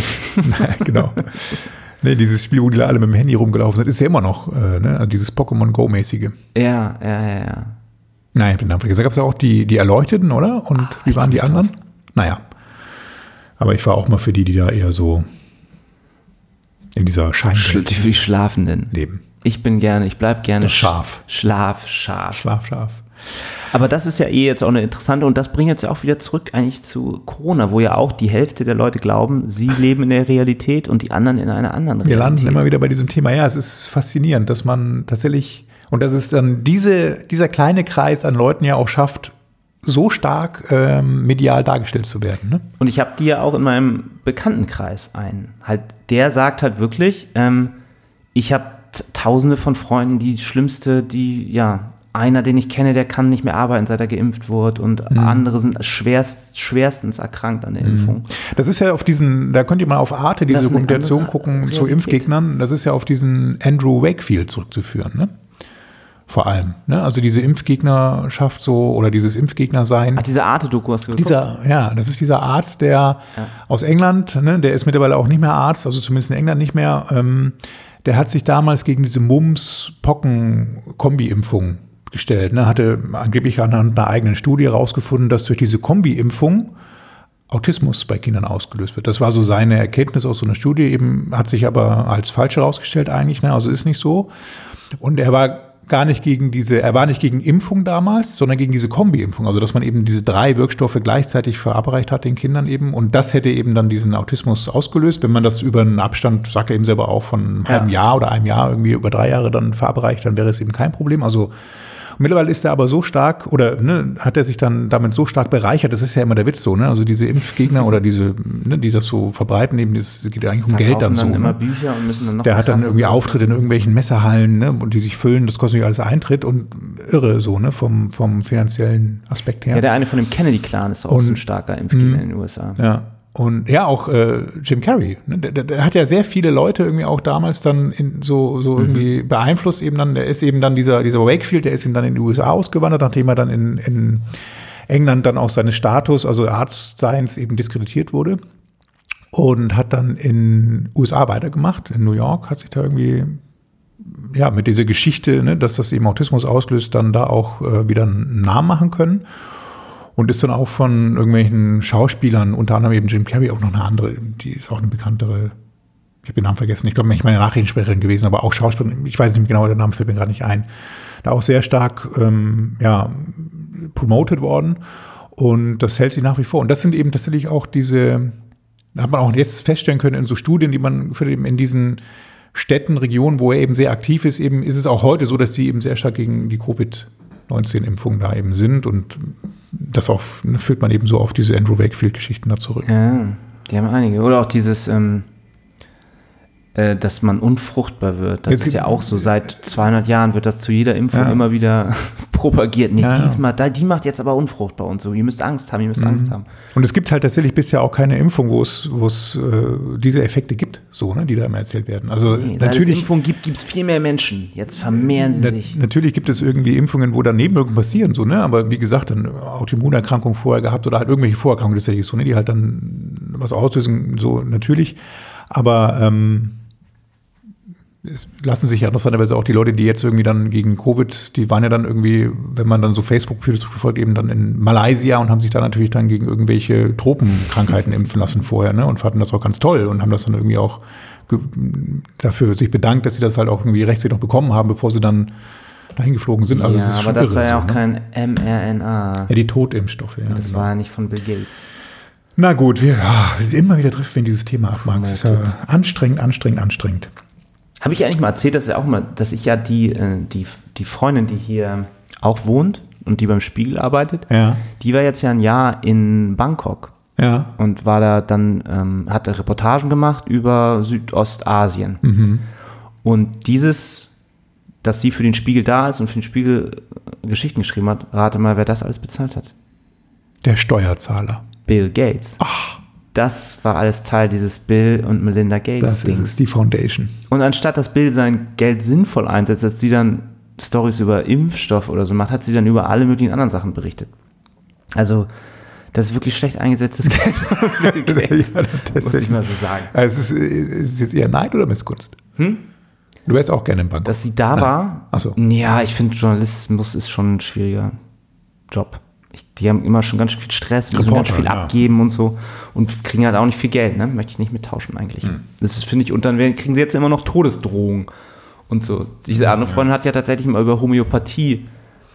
genau. Nee, dieses Spiel, wo die alle mit dem Handy rumgelaufen sind, ist ja immer noch, äh, ne? Also dieses Pokémon Go-mäßige. Ja, ja, ja, ja. Nein, ich habe den Namen vergessen. Da gab es ja auch die, die Erleuchteten, oder? Und Ah, wie ich waren komm die nicht anderen? Naja. Aber ich war auch mal für die, die da eher so in dieser Schl Scheinwelt die Schlafenden. leben. Ich bin gerne, ich bleib gerne Das Schaf. Schlaf, Schaf. Schlaf, Schlaf. Aber das ist ja eh jetzt auch eine interessante, und das bringt jetzt ja auch wieder zurück eigentlich zu Corona, wo ja auch die Hälfte der Leute glauben, sie leben in der Realität und die anderen in einer anderen Wir Realität. landen immer wieder bei diesem Thema. Ja, es ist faszinierend, dass man tatsächlich, und dass es dann diese, dieser kleine Kreis an Leuten ja auch schafft, so stark ähm, medial dargestellt zu werden. Ne? Und ich habe die ja auch in meinem Bekanntenkreis einen. Halt, der sagt halt wirklich, ähm, ich habe t- tausende von Freunden, die schlimmste, die, ja, einer, den ich kenne, der kann nicht mehr arbeiten, seit er geimpft wurde, und mhm. andere sind schwerst, schwerstens erkrankt an der Impfung. Das ist ja auf diesen, da könnt ihr mal auf Arte diese Dokumentation gucken Realität. Zu Impfgegnern, das ist ja auf diesen Andrew Wakefield zurückzuführen, ne? Vor allem, ne? Also diese Impfgegnerschaft so, oder dieses Impfgegnersein. Ach, diese Arte-Doku hast du geguckt? Dieser, ja, das ist dieser Arzt, der ja. aus England, ne, der ist mittlerweile auch nicht mehr Arzt, also zumindest in England nicht mehr, ähm, der hat sich damals gegen diese Mumps-Pocken-Kombi-Impfung gestellt, ne, hatte angeblich anhand einer eigenen Studie herausgefunden, dass durch diese Kombi-Impfung Autismus bei Kindern ausgelöst wird. Das war so seine Erkenntnis aus so einer Studie, eben hat sich aber als falsch herausgestellt eigentlich, ne, also ist nicht so. Und er war gar nicht gegen diese, er war nicht gegen Impfung damals, sondern gegen diese Kombi-Impfung, also dass man eben diese drei Wirkstoffe gleichzeitig verabreicht hat den Kindern eben, und das hätte eben dann diesen Autismus ausgelöst, wenn man das über einen Abstand, sagt er eben selber auch, von einem ja. halben Jahr oder einem Jahr irgendwie über drei Jahre dann verabreicht, dann wäre es eben kein Problem, also mittlerweile ist er aber so stark, oder ne, hat er sich dann damit so stark bereichert, das ist ja immer der Witz so, ne? Also diese Impfgegner oder diese, ne, die das so verbreiten, eben, das geht ja eigentlich um Geld dann, dann so. Dann immer ne? Bücher und müssen dann noch. Der hat dann irgendwie Auftritte in irgendwelchen Messehallen, ne, und die sich füllen, das kostet nicht alles Eintritt, und irre so, ne, vom, vom finanziellen Aspekt her. Ja, der eine von dem Kennedy-Clan ist auch und, so ein starker Impfgegner in den U S A. Ja. Und ja, auch äh, Jim Carrey, ne? der, der, der hat ja sehr viele Leute irgendwie auch damals dann in so, so irgendwie mhm. beeinflusst eben dann, der ist eben dann dieser, dieser Wakefield, der ist eben dann in die U S A ausgewandert, nachdem er dann in, in England dann auch seines Status, also Arztseins eben diskreditiert wurde, und hat dann in U S A weitergemacht, in New York, hat sich da irgendwie, ja, mit dieser Geschichte, ne, dass das eben Autismus auslöst, dann da auch äh, wieder einen Namen machen können. Und ist dann auch von irgendwelchen Schauspielern, unter anderem eben Jim Carrey, auch noch eine andere, die ist auch eine bekanntere, ich habe den Namen vergessen, ich glaube, ich meine Nachrichtensprecherin gewesen, aber auch Schauspielerin, ich weiß nicht mehr genau, der Name fällt mir gerade nicht ein, da auch sehr stark ähm, ja, promoted worden, und das hält sich nach wie vor. Und das sind eben tatsächlich auch diese, da hat man auch jetzt feststellen können in so Studien, die man für eben in diesen Städten, Regionen, wo er eben sehr aktiv ist, eben ist es auch heute so, dass die eben sehr stark gegen die Covid neunzehn Impfungen da eben sind, und das auch, führt man eben so auf diese Andrew Wakefield-Geschichten da zurück. Ja, die haben einige. Oder auch dieses, ähm, äh, dass man unfruchtbar wird. Das Jetzt ist ja auch so, seit zweihundert Jahren wird das zu jeder Impfung ja. immer wieder propagiert. Nee, ja, diesmal, da, die macht jetzt aber unfruchtbar und so. Ihr müsst Angst haben, ihr müsst mhm. Angst haben. Und es gibt halt tatsächlich bisher auch keine Impfung, wo es, wo es äh, diese Effekte gibt, so, ne, die da immer erzählt werden. Also nee, seit natürlich, es Impfungen gibt, gibt es viel mehr Menschen. Jetzt vermehren sie na, sich. Natürlich gibt es irgendwie Impfungen, wo dann Nebenwirkungen passieren, so, ne? Aber wie gesagt, dann Autoimmunerkrankungen vorher gehabt oder halt irgendwelche Vorerkrankungen tatsächlich so, ne? Die halt dann was auslösen, so natürlich. Aber ähm, es lassen sich ja interessanterweise auch die Leute, die jetzt irgendwie dann gegen Covid, die waren ja dann irgendwie, wenn man dann so Facebook-Videos verfolgt, eben dann in Malaysia und haben sich da natürlich dann gegen irgendwelche Tropenkrankheiten impfen lassen vorher, ne, und fanden das auch ganz toll und haben das dann irgendwie auch ge- dafür sich bedankt, dass sie das halt auch irgendwie rechtzeitig noch bekommen haben, bevor sie dann dahin geflogen sind. Also ja, es ist aber das irre, war ja so, auch ne? kein mRNA. Ja, die Totimpfstoffe. Ja, das genau. war ja nicht von Bill Gates. Na gut, wir ja, immer wieder trifft, wenn dieses Thema abmacht. Es ist ja anstrengend, anstrengend, anstrengend. Habe ich eigentlich mal erzählt, dass, ja auch mal, dass ich ja die, die, die Freundin, die hier auch wohnt und die beim Spiegel arbeitet, ja. die war jetzt ja ein Jahr in Bangkok. Ja. Und war da dann, ähm, hat Reportagen gemacht über Südostasien. Mhm. Und dieses, dass sie für den Spiegel da ist und für den Spiegel Geschichten geschrieben hat, rate mal, wer das alles bezahlt hat. Der Steuerzahler. Bill Gates. Ach. Das war alles Teil dieses Bill und Melinda Gates Dings. Das ist die Foundation. Und anstatt dass Bill sein Geld sinnvoll einsetzt, dass sie dann Storys über Impfstoff oder so macht, hat sie dann über alle möglichen anderen Sachen berichtet. Also, das ist wirklich schlecht eingesetztes Geld von Bill Gates, ja, muss ich mal so sagen. Also ist, es, ist es jetzt eher Neid oder Missgunst? Hm? Du wärst auch gerne in Bangkok. Dass sie da Nein. war? Ach so. Ja, ich finde, Journalismus ist schon ein schwieriger Job. Ich, die haben immer schon ganz viel Stress, müssen ganz viel ja. abgeben und so und kriegen halt auch nicht viel Geld, ne? Möchte ich nicht mittauschen eigentlich. Hm. Das ist, finde ich, und dann kriegen sie jetzt immer noch Todesdrohungen und so. Diese andere Freundin ja. hat ja tatsächlich mal über Homöopathie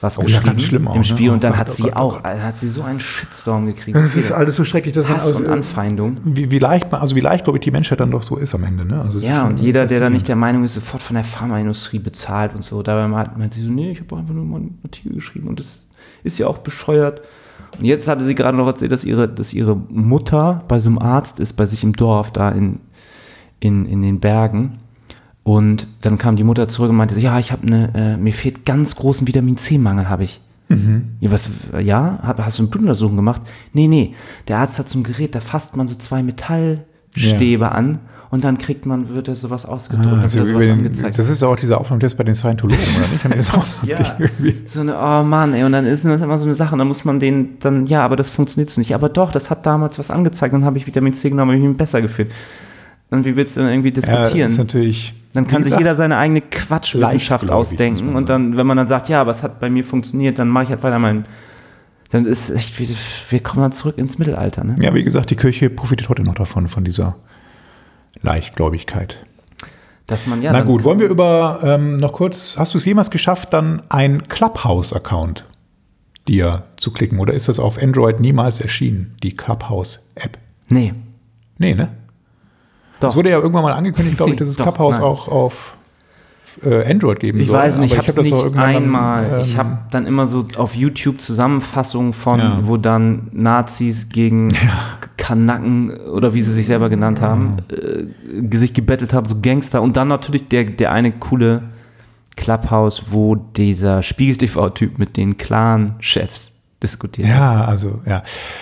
was Oh, ja, geschrieben ganz schlimm auch, im Spiel ne? und dann Oh hat Gott, sie oh Gott, oh auch, Gott. also hat sie so einen Shitstorm gekriegt. Das ist alles so schrecklich, dass man Hass aus, und Anfeindung. wie, wie leicht, man- also wie leicht, glaube ich, die Menschheit dann doch so ist am Ende. Ne? Also es ist Ja, schon und jeder, der da nicht faszinierend. der Meinung ist, sofort von der Pharmaindustrie bezahlt und so, dabei meint, meint sie so, nee, ich habe einfach nur mal einen Artikel geschrieben und das ist ja auch bescheuert. Und jetzt hatte sie gerade noch erzählt, dass ihre, dass ihre Mutter bei so einem Arzt ist, bei sich im Dorf, da in, in, in den Bergen. Und dann kam die Mutter zurück und meinte, ja, ich habe eine, äh, mir fehlt ganz großen Vitamin-C-Mangel, habe ich. Mhm. Ja, was, ja, Hab- hast du eine Blutuntersuchung gemacht? Nee, nee, der Arzt hat so ein Gerät, da fasst man so zwei Metallstäbe Ja. an und dann kriegt man, wird da sowas ausgedrückt, Ah, dann also wird da über sowas den, angezeigt. das ist auch dieser Aufnahmetest bei den Scientologen, oder nicht? Wenn die das auch so Ja. irgendwie- So eine, oh Mann, ey, und dann ist das immer so eine Sache, und dann muss man den dann, ja, aber das funktioniert so nicht. Aber doch, das hat damals was angezeigt, dann habe ich Vitamin C genommen, habe ich mich besser gefühlt. Und wie willst du dann irgendwie Ja, das diskutieren? ist natürlich. Dann kann wie sich gesagt, jeder seine eigene Quatschwissenschaft leichtgläubig, muss ausdenken. man Und dann, wenn man dann sagt, ja, aber es hat bei mir funktioniert, dann mache ich halt weiter mein. Dann ist echt, wir, wir kommen dann zurück ins Mittelalter, ne? Ja, wie gesagt, die Kirche profitiert heute noch davon, von dieser Leichtgläubigkeit. Dass man ja. Na dann- gut, wollen wir über ähm, noch kurz, hast du es jemals geschafft, dann ein Clubhouse-Account dir zu klicken? Oder ist das auf Android niemals erschienen, die Clubhouse-App? Nee. Nee, ne? Doch. Es wurde ja irgendwann mal angekündigt, glaube ich, dass es Doch, Clubhouse nein. auch auf äh, Android geben Ich soll. weiß nicht, ich aber habe es doch nicht irgendwann dann, einmal. ähm, ich habe dann immer so auf YouTube Zusammenfassungen von, Ja. wo dann Nazis gegen Kanaken oder wie sie sich selber genannt haben, äh, sich gebettelt haben, so Gangster. Und dann natürlich der, der eine coole Clubhouse, wo dieser Spiegel-T V-Typ mit den Clan-Chefs diskutiert hat. Ja, also, ja.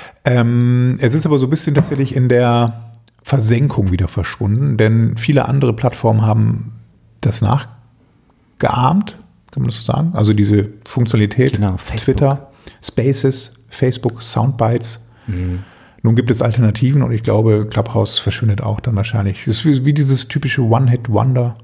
Ähm, es ist aber so ein bisschen tatsächlich in der Versenkung wieder verschwunden, denn viele andere Plattformen haben das nachgeahmt, kann man das so sagen? Also diese Funktionalität, Genau, Facebook. Twitter, Spaces, Facebook, Soundbites. Nun gibt es Alternativen und ich glaube, Clubhouse verschwindet auch dann wahrscheinlich. Es ist wie, wie dieses typische One-Hit-Wonder.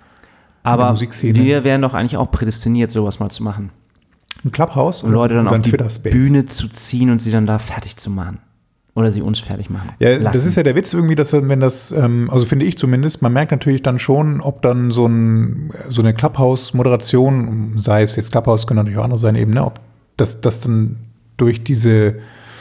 Aber Musikszene. wir wären doch eigentlich auch prädestiniert, sowas mal zu machen. Ein Clubhouse Um Leute dann oder auf ein die Twitter-Space. Bühne zu ziehen und sie dann da fertig zu machen. Oder sie uns fertig machen. Ja, lassen. das ist ja der Witz irgendwie, dass dann, wenn das, ähm, also finde ich zumindest, man merkt natürlich dann schon, ob dann so, ein, so eine Clubhouse-Moderation, sei es jetzt Clubhouse, können natürlich auch andere sein eben, ne, ob das, das dann durch diese,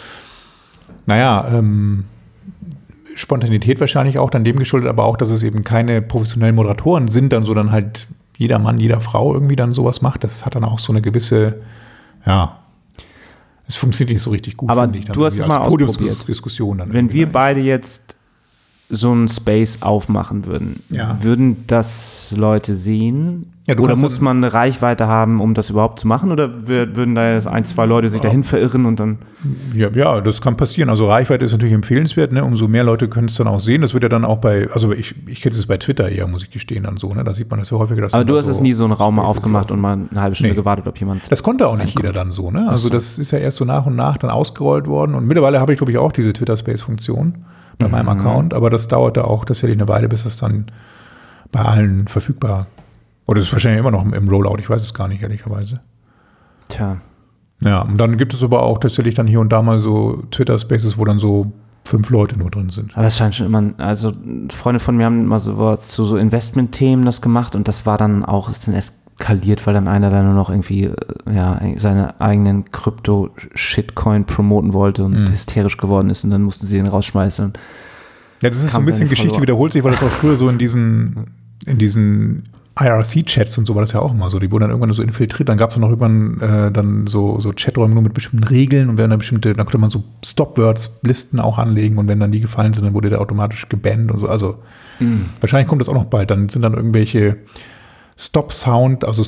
naja, ähm, Spontanität wahrscheinlich auch dann dem geschuldet, aber auch, dass es eben keine professionellen Moderatoren sind, dann so dann halt jeder Mann, jeder Frau irgendwie dann sowas macht, das hat dann auch so eine gewisse, ja, es funktioniert nicht so richtig gut, Aber finde ich, dann du hast irgendwie es mal als ausprobiert. Podiumsdiskussion dann Wenn irgendwie, wir ne? beide jetzt so einen Space aufmachen würden, Ja. würden das Leute sehen? Ja, du oder kannst muss dann- man eine Reichweite haben, um das überhaupt zu machen? Oder wür- würden da jetzt ein, zwei Leute sich dahin verirren und dann. Ja, ja, das kann passieren. Also Reichweite ist natürlich empfehlenswert, ne? Umso mehr Leute können es dann auch sehen. Das wird ja dann auch bei, also ich, ich kenne es bei Twitter eher, muss ich gestehen, dann so, ne? Da sieht man das ja häufiger. Dass Aber dann du da hast so es nie so einen Raum mal Spaces aufgemacht laufen. und mal eine halbe Stunde Nee. gewartet, ob jemand. Das konnte auch nicht jeder dann so, ne? Also das ist ja erst so nach und nach dann ausgerollt worden. Und mittlerweile habe ich, glaube ich, auch diese Twitter-Space-Funktion bei meinem Account. Aber das dauerte auch tatsächlich eine Weile, bis das dann bei allen verfügbar. Oder es ist wahrscheinlich immer noch im- im Rollout, ich weiß es gar nicht, ehrlicherweise. Tja. Ja, und dann gibt es aber auch tatsächlich dann hier und da mal so Twitter-Spaces, wo dann so fünf Leute nur drin sind. Aber es scheint schon immer, also Freunde von mir haben immer so was zu so Investment-Themen das gemacht und das war dann auch, ist dann eskaliert, weil dann einer da nur noch irgendwie, äh, ja, seine eigenen Krypto-Shitcoin promoten wollte und Mhm. hysterisch geworden ist und dann mussten sie den rausschmeißen. Und Ja, das ist so Kam ein bisschen seine Geschichte, Follower. wiederholt sich, weil das auch früher so in diesen, in diesen I R C-Chats und so war das ja auch immer so. Die wurden dann irgendwann so infiltriert. Dann gab es dann noch irgendwann äh, dann so, so Chaträume nur mit bestimmten Regeln und wenn dann bestimmte, dann konnte man so Stopwords-Listen auch anlegen und wenn dann die gefallen sind, dann wurde der automatisch gebannt und so. Also wahrscheinlich kommt das auch noch bald. Dann sind dann irgendwelche Stop-Sound, also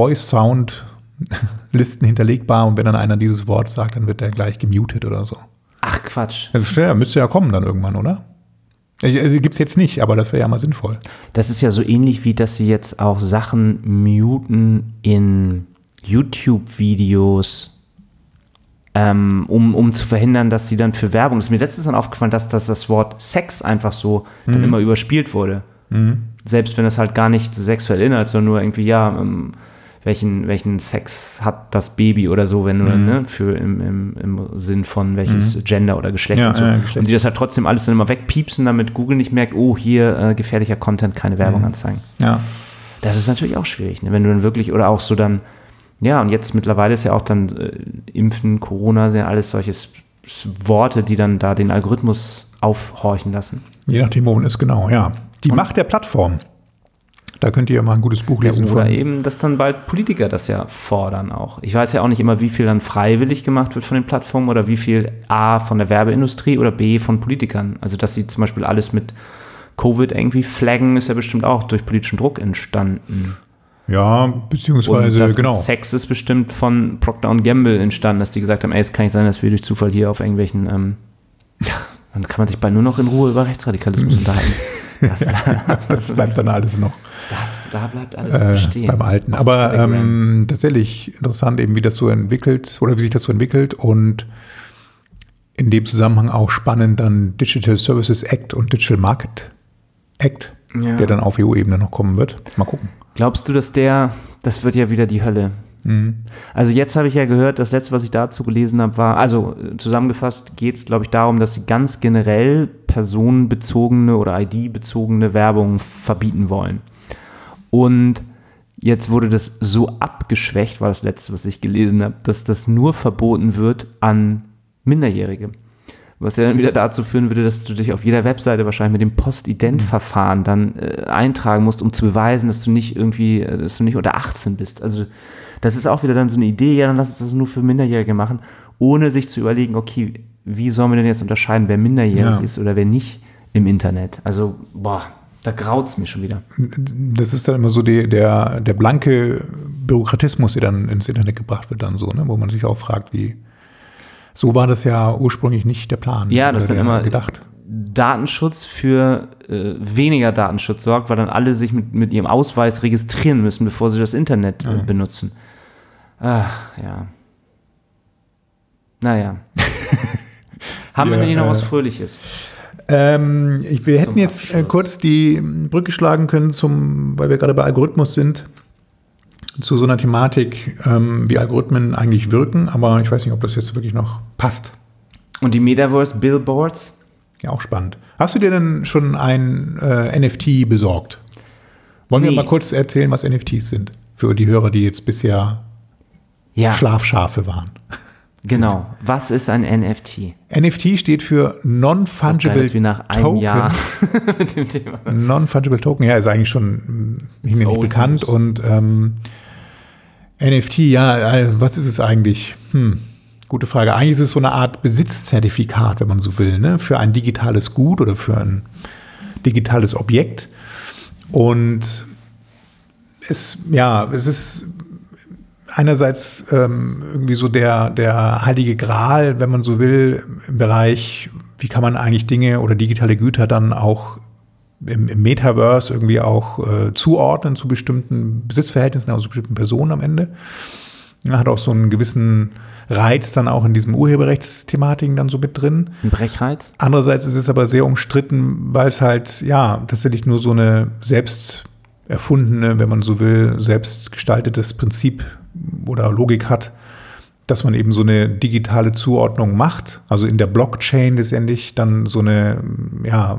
Stop-Voice-Sound-Listen hinterlegbar und wenn dann einer dieses Wort sagt, dann wird der gleich gemutet oder so. ach Quatsch. Das wär, müsste ja kommen dann irgendwann, oder? Also, gibt es jetzt nicht, aber das wäre ja mal sinnvoll. Das ist ja so ähnlich wie, dass sie jetzt auch Sachen muten in YouTube-Videos, ähm, um, um zu verhindern, dass sie dann für Werbung, das ist mir letztens dann aufgefallen, dass, dass das Wort Sex einfach so dann immer überspielt wurde. Selbst wenn es halt gar nicht sexuell inhalt, sondern nur irgendwie, ja, ähm, welchen, welchen Sex hat das Baby oder so, wenn du, ne, für im, im, im Sinn von welches Gender oder Geschlecht Ja, und so. ja, Geschlecht. Und die das halt trotzdem alles dann immer wegpiepsen, damit Google nicht merkt, oh, hier äh, gefährlicher Content, keine Werbung anzeigen. Ja. Das ist natürlich auch schwierig, ne? Wenn du dann wirklich, oder auch so dann, Ja, und jetzt mittlerweile ist ja auch dann äh, Impfen, Corona, sind ja alles solche S- S- Worte, die dann da den Algorithmus aufhorchen lassen. Je nachdem, wo man ist, genau, ja. Die Und- Macht der Plattform. Da könnt ihr mal ein gutes Buch lesen. Oder von- eben, dass dann bald Politiker das ja fordern auch. Ich weiß ja auch nicht immer, wie viel dann freiwillig gemacht wird von den Plattformen oder wie viel A von der Werbeindustrie oder B von Politikern. Also dass sie zum Beispiel alles mit Covid irgendwie flaggen, ist ja bestimmt auch durch politischen Druck entstanden. Ja, Und beziehungsweise, das genau. mit Sex ist bestimmt von Procter und Gamble entstanden, dass die gesagt haben, ey, es kann nicht sein, dass wir durch Zufall hier auf irgendwelchen, ähm, dann kann man sich bald nur noch in Ruhe über Rechtsradikalismus unterhalten. Das, Das bleibt dann alles noch das, da bleibt alles äh, stehen. beim Alten. Auf Aber Telegram. ähm, tatsächlich interessant eben, wie das so entwickelt oder wie sich das so entwickelt und in dem Zusammenhang auch spannend dann Digital Services Act und Digital Market Act, Ja. der dann auf E U-Ebene noch kommen wird. Mal gucken. Glaubst du, dass der, das wird ja wieder die Hölle. Mhm. Also jetzt habe ich ja gehört, das letzte, was ich dazu gelesen habe, war, also äh, zusammengefasst geht es, glaube ich, darum, dass sie ganz generell personenbezogene oder I D-bezogene Werbung verbieten wollen. Und jetzt wurde das so abgeschwächt, war das letzte, was ich gelesen habe, dass das nur verboten wird an Minderjährige. Was ja dann wieder dazu führen würde, dass du dich auf jeder Webseite wahrscheinlich mit dem Postident-Verfahren dann äh, eintragen musst, um zu beweisen, dass du nicht irgendwie, äh, dass du nicht unter achtzehn bist. Also das ist auch wieder dann so eine Idee, ja, dann lass uns das nur für Minderjährige machen, ohne sich zu überlegen, okay, wie sollen wir denn jetzt unterscheiden, wer minderjährig Ja. ist oder wer nicht im Internet. Also, boah, da graut's mir schon wieder. Das ist dann immer so die, der, der blanke Bürokratismus, der dann ins Internet gebracht wird, dann so, ne? Wo man sich auch fragt, wie. So war das ja ursprünglich nicht der Plan. Ja, das ist oder dann der immer gedacht. Datenschutz für äh, weniger Datenschutz sorgt, weil dann alle sich mit, mit ihrem Ausweis registrieren müssen, bevor sie das Internet äh, Ja. benutzen. Ach, ja. Naja. Haben wir Ja, denn hier noch äh, was Fröhliches? Ähm, ich, wir hätten Zum jetzt äh, Abschluss. kurz die Brücke schlagen können, zum, weil wir gerade bei Algorithmus sind, zu so einer Thematik, ähm, wie Algorithmen eigentlich wirken, aber ich weiß nicht, ob das jetzt wirklich noch passt. Und die Metaverse-Billboards? Ja, auch spannend. Hast du dir denn schon ein äh, N F T besorgt? Wollen wir Nee. mal kurz erzählen, was N F Ts sind? Für die Hörer, die jetzt bisher Ja, Schlafschafe waren. genau. Was ist ein N F T? N F T steht für So geil, Non-Fungible dass wir nach einem Token. Jahr mit dem Thema. Non-Fungible Token, ja, ist eigentlich schon mm, nicht mehr nicht old bekannt. news. Und ähm, N F T, ja, äh, was ist es eigentlich? Hm, gute Frage. Eigentlich ist es so eine Art Besitzzertifikat, wenn man so will, ne? Für ein digitales Gut oder für ein digitales Objekt. Und es, ja, es ist einerseits ähm, irgendwie so der, der heilige Gral, wenn man so will, im Bereich, wie kann man eigentlich Dinge oder digitale Güter dann auch im, im Metaverse irgendwie auch äh, zuordnen zu bestimmten Besitzverhältnissen, also zu bestimmten Personen am Ende. Ja, hat auch so einen gewissen Reiz dann auch in diesem Urheberrechtsthematiken dann so mit drin. Ein Brechreiz? Andererseits ist es aber sehr umstritten, weil es halt, ja, tatsächlich nur so eine selbst erfundene, wenn man so will, selbst gestaltetes Prinzip oder Logik hat, dass man eben so eine digitale Zuordnung macht. Also in der Blockchain letztendlich dann so eine, ja,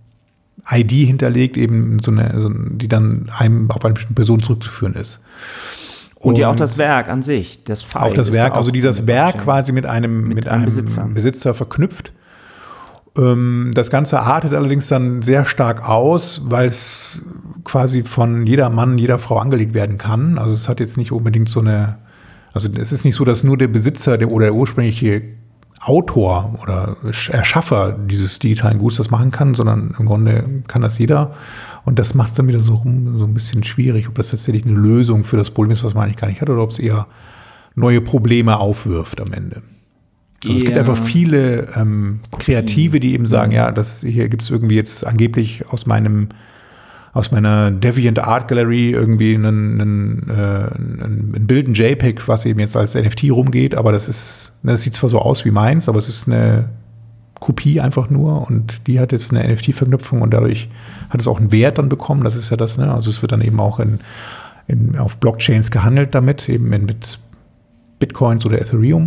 I D hinterlegt, eben so eine, so, die dann einem auf eine bestimmte Person zurückzuführen ist. Und, ja auch das Werk an sich, das File. Auch das ist Werk, da also auch die in das der Werk Blockchain. quasi mit einem, Mit mit einem einem Besitzer. Besitzer, verknüpft. Ähm, das Ganze artet allerdings dann sehr stark aus, weil es quasi von jeder Mann, jeder Frau angelegt werden kann. Also es hat jetzt nicht unbedingt so eine, also es ist nicht so, dass nur der Besitzer der, oder der ursprüngliche Autor oder Erschaffer dieses digitalen Guts das machen kann, sondern im Grunde kann das jeder. Und das macht es dann wieder so, rum, so ein bisschen schwierig, ob das tatsächlich eine Lösung für das Problem ist, was man eigentlich gar nicht hat, oder ob es eher neue Probleme aufwirft am Ende. Also es gibt Ja. einfach viele ähm, Kreative, die eben sagen, ja, das hier gibt es irgendwie jetzt angeblich aus meinem aus meiner Deviant Art Gallery irgendwie einen, einen, äh, ein, ein Bild, ein JPEG, was eben jetzt als N F T rumgeht, aber das ist, das sieht zwar so aus wie meins, aber es ist eine Kopie einfach nur und die hat jetzt eine N F T-Verknüpfung und dadurch hat es auch einen Wert dann bekommen, das ist ja das, ne? Also es wird dann eben auch in, in, auf Blockchains gehandelt damit, eben in, mit Bitcoins oder Ethereum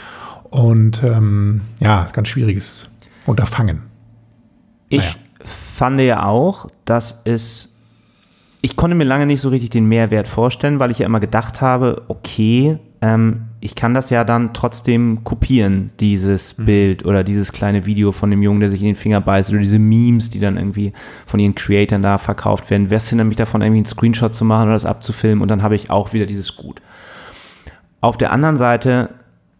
und ähm, ja, ganz schwieriges Unterfangen. Ich Naja. fand ja auch, dass es ich konnte mir lange nicht so richtig den Mehrwert vorstellen, weil ich ja immer gedacht habe, okay, ähm, ich kann das ja dann trotzdem kopieren, dieses mhm. Bild oder dieses kleine Video von dem Jungen, der sich in den Finger beißt oder diese Memes, die dann irgendwie von ihren Creatoren da verkauft werden. Wer hindert mich davon, irgendwie einen Screenshot zu machen oder das abzufilmen und dann habe ich auch wieder dieses Gut. Auf der anderen Seite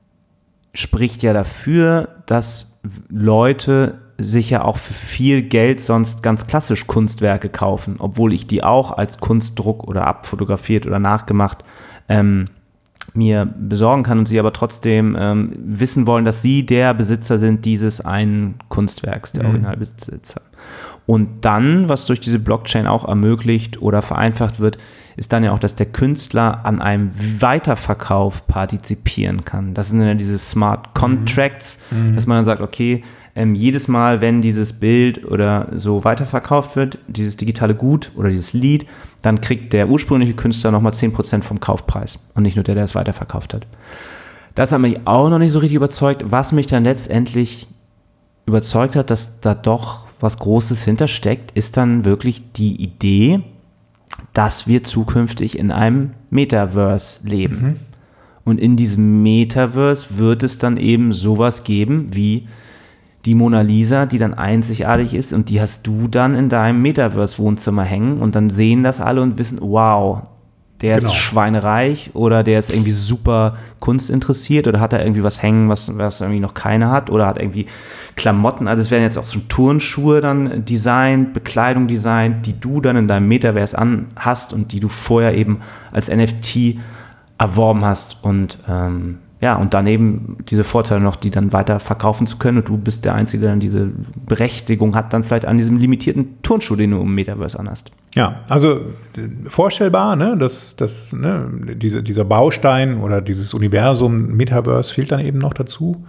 spricht ja dafür, dass Leute sich ja auch für viel Geld sonst ganz klassisch Kunstwerke kaufen, obwohl ich die auch als Kunstdruck oder abfotografiert oder nachgemacht ähm, mir besorgen kann und sie aber trotzdem ähm, wissen wollen, dass sie der Besitzer sind dieses einen Kunstwerks, der mhm. Originalbesitzer. Und dann, was durch diese Blockchain auch ermöglicht oder vereinfacht wird, ist dann ja auch, dass der Künstler an einem Weiterverkauf partizipieren kann. Das sind ja diese Smart Contracts, mhm. dass man dann sagt, okay, ähm, jedes Mal, wenn dieses Bild oder so weiterverkauft wird, dieses digitale Gut oder dieses Lied, dann kriegt der ursprüngliche Künstler nochmal zehn Prozent vom Kaufpreis und nicht nur der, der es weiterverkauft hat. Das hat mich auch noch nicht so richtig überzeugt. Was mich dann letztendlich überzeugt hat, dass da doch was Großes hintersteckt, ist dann wirklich die Idee, dass wir zukünftig in einem Metaverse leben. Mhm. Und in diesem Metaverse wird es dann eben sowas geben wie die Mona Lisa, die dann einzigartig ist und die hast du dann in deinem Metaverse-Wohnzimmer hängen und dann sehen das alle und wissen, wow, der genau. ist schweinereich oder der ist irgendwie super kunstinteressiert oder hat da irgendwie was hängen, was, was irgendwie noch keiner hat oder hat irgendwie Klamotten, also es werden jetzt auch so Turnschuhe dann designt, Bekleidung designt, die du dann in deinem Metaverse an hast und die du vorher eben als N F T erworben hast und ähm, ja, und daneben diese Vorteile noch, die dann weiter verkaufen zu können und du bist der Einzige, der dann diese Berechtigung hat, dann vielleicht an diesem limitierten Turnschuh, den du im Metaverse anhast. Ja, also vorstellbar, ne, dass, dass ne, diese, dieser Baustein oder dieses Universum Metaverse fehlt dann eben noch dazu.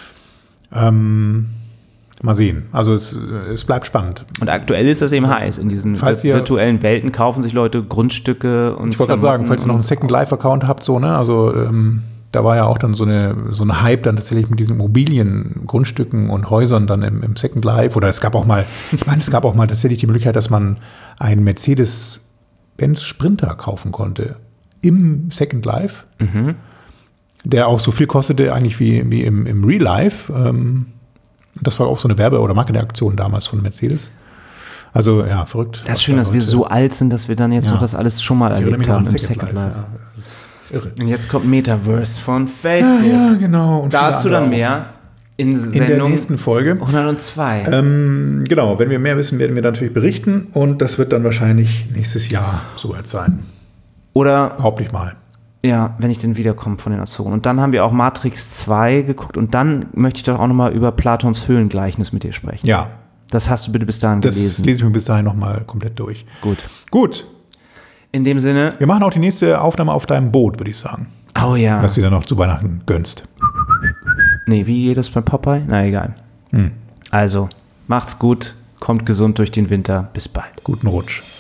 Ähm, mal sehen. Also es, es bleibt spannend. Und aktuell ist das eben heiß. In diesen falls ihr, virtuellen Welten kaufen sich Leute Grundstücke und ich wollte gerade sagen, falls ihr noch einen Second Life-Account habt, so, ne, also ähm, da war ja auch dann so eine, so eine Hype dann tatsächlich mit diesen Immobilien, Grundstücken und Häusern dann im, im Second Life. Oder es gab auch mal, ich meine, es gab auch mal tatsächlich die Möglichkeit, dass man einen Mercedes-Benz Sprinter kaufen konnte im Second Life, mhm. der auch so viel kostete eigentlich wie, wie im, im Real Life. Ähm, das war auch so eine Werbe- oder Marketingaktion damals von Mercedes. Also ja, verrückt. Das ist schön, dass wir so alt sind, dass wir dann jetzt ja. so das alles schon mal erlebt haben im Second Life. Life. Ja. Irre. Und jetzt kommt Metaverse von Facebook. Ja, ja genau. Und dazu dann mehr in Sendung in der nächsten Folge. hundertzwei. Ähm, genau, wenn wir mehr wissen, werden wir natürlich berichten und das wird dann wahrscheinlich nächstes Jahr soweit sein. Oder behaupte ich mal. Ja, wenn ich denn wiederkomme von den Azoren. Und dann haben wir auch Matrix zwei geguckt und dann möchte ich doch auch nochmal über Platons Höhlengleichnis mit dir sprechen. Ja. Das hast du bitte bis dahin das gelesen. Das lese ich mir bis dahin nochmal komplett durch. Gut. Gut. In dem Sinne. Wir machen auch die nächste Aufnahme auf deinem Boot, würde ich sagen. Oh ja. Was du dir noch zu Weihnachten gönnst. Nee, wie jedes bei Popeye? Na egal. Hm. Also, macht's gut, kommt gesund durch den Winter. Bis bald. Guten Rutsch.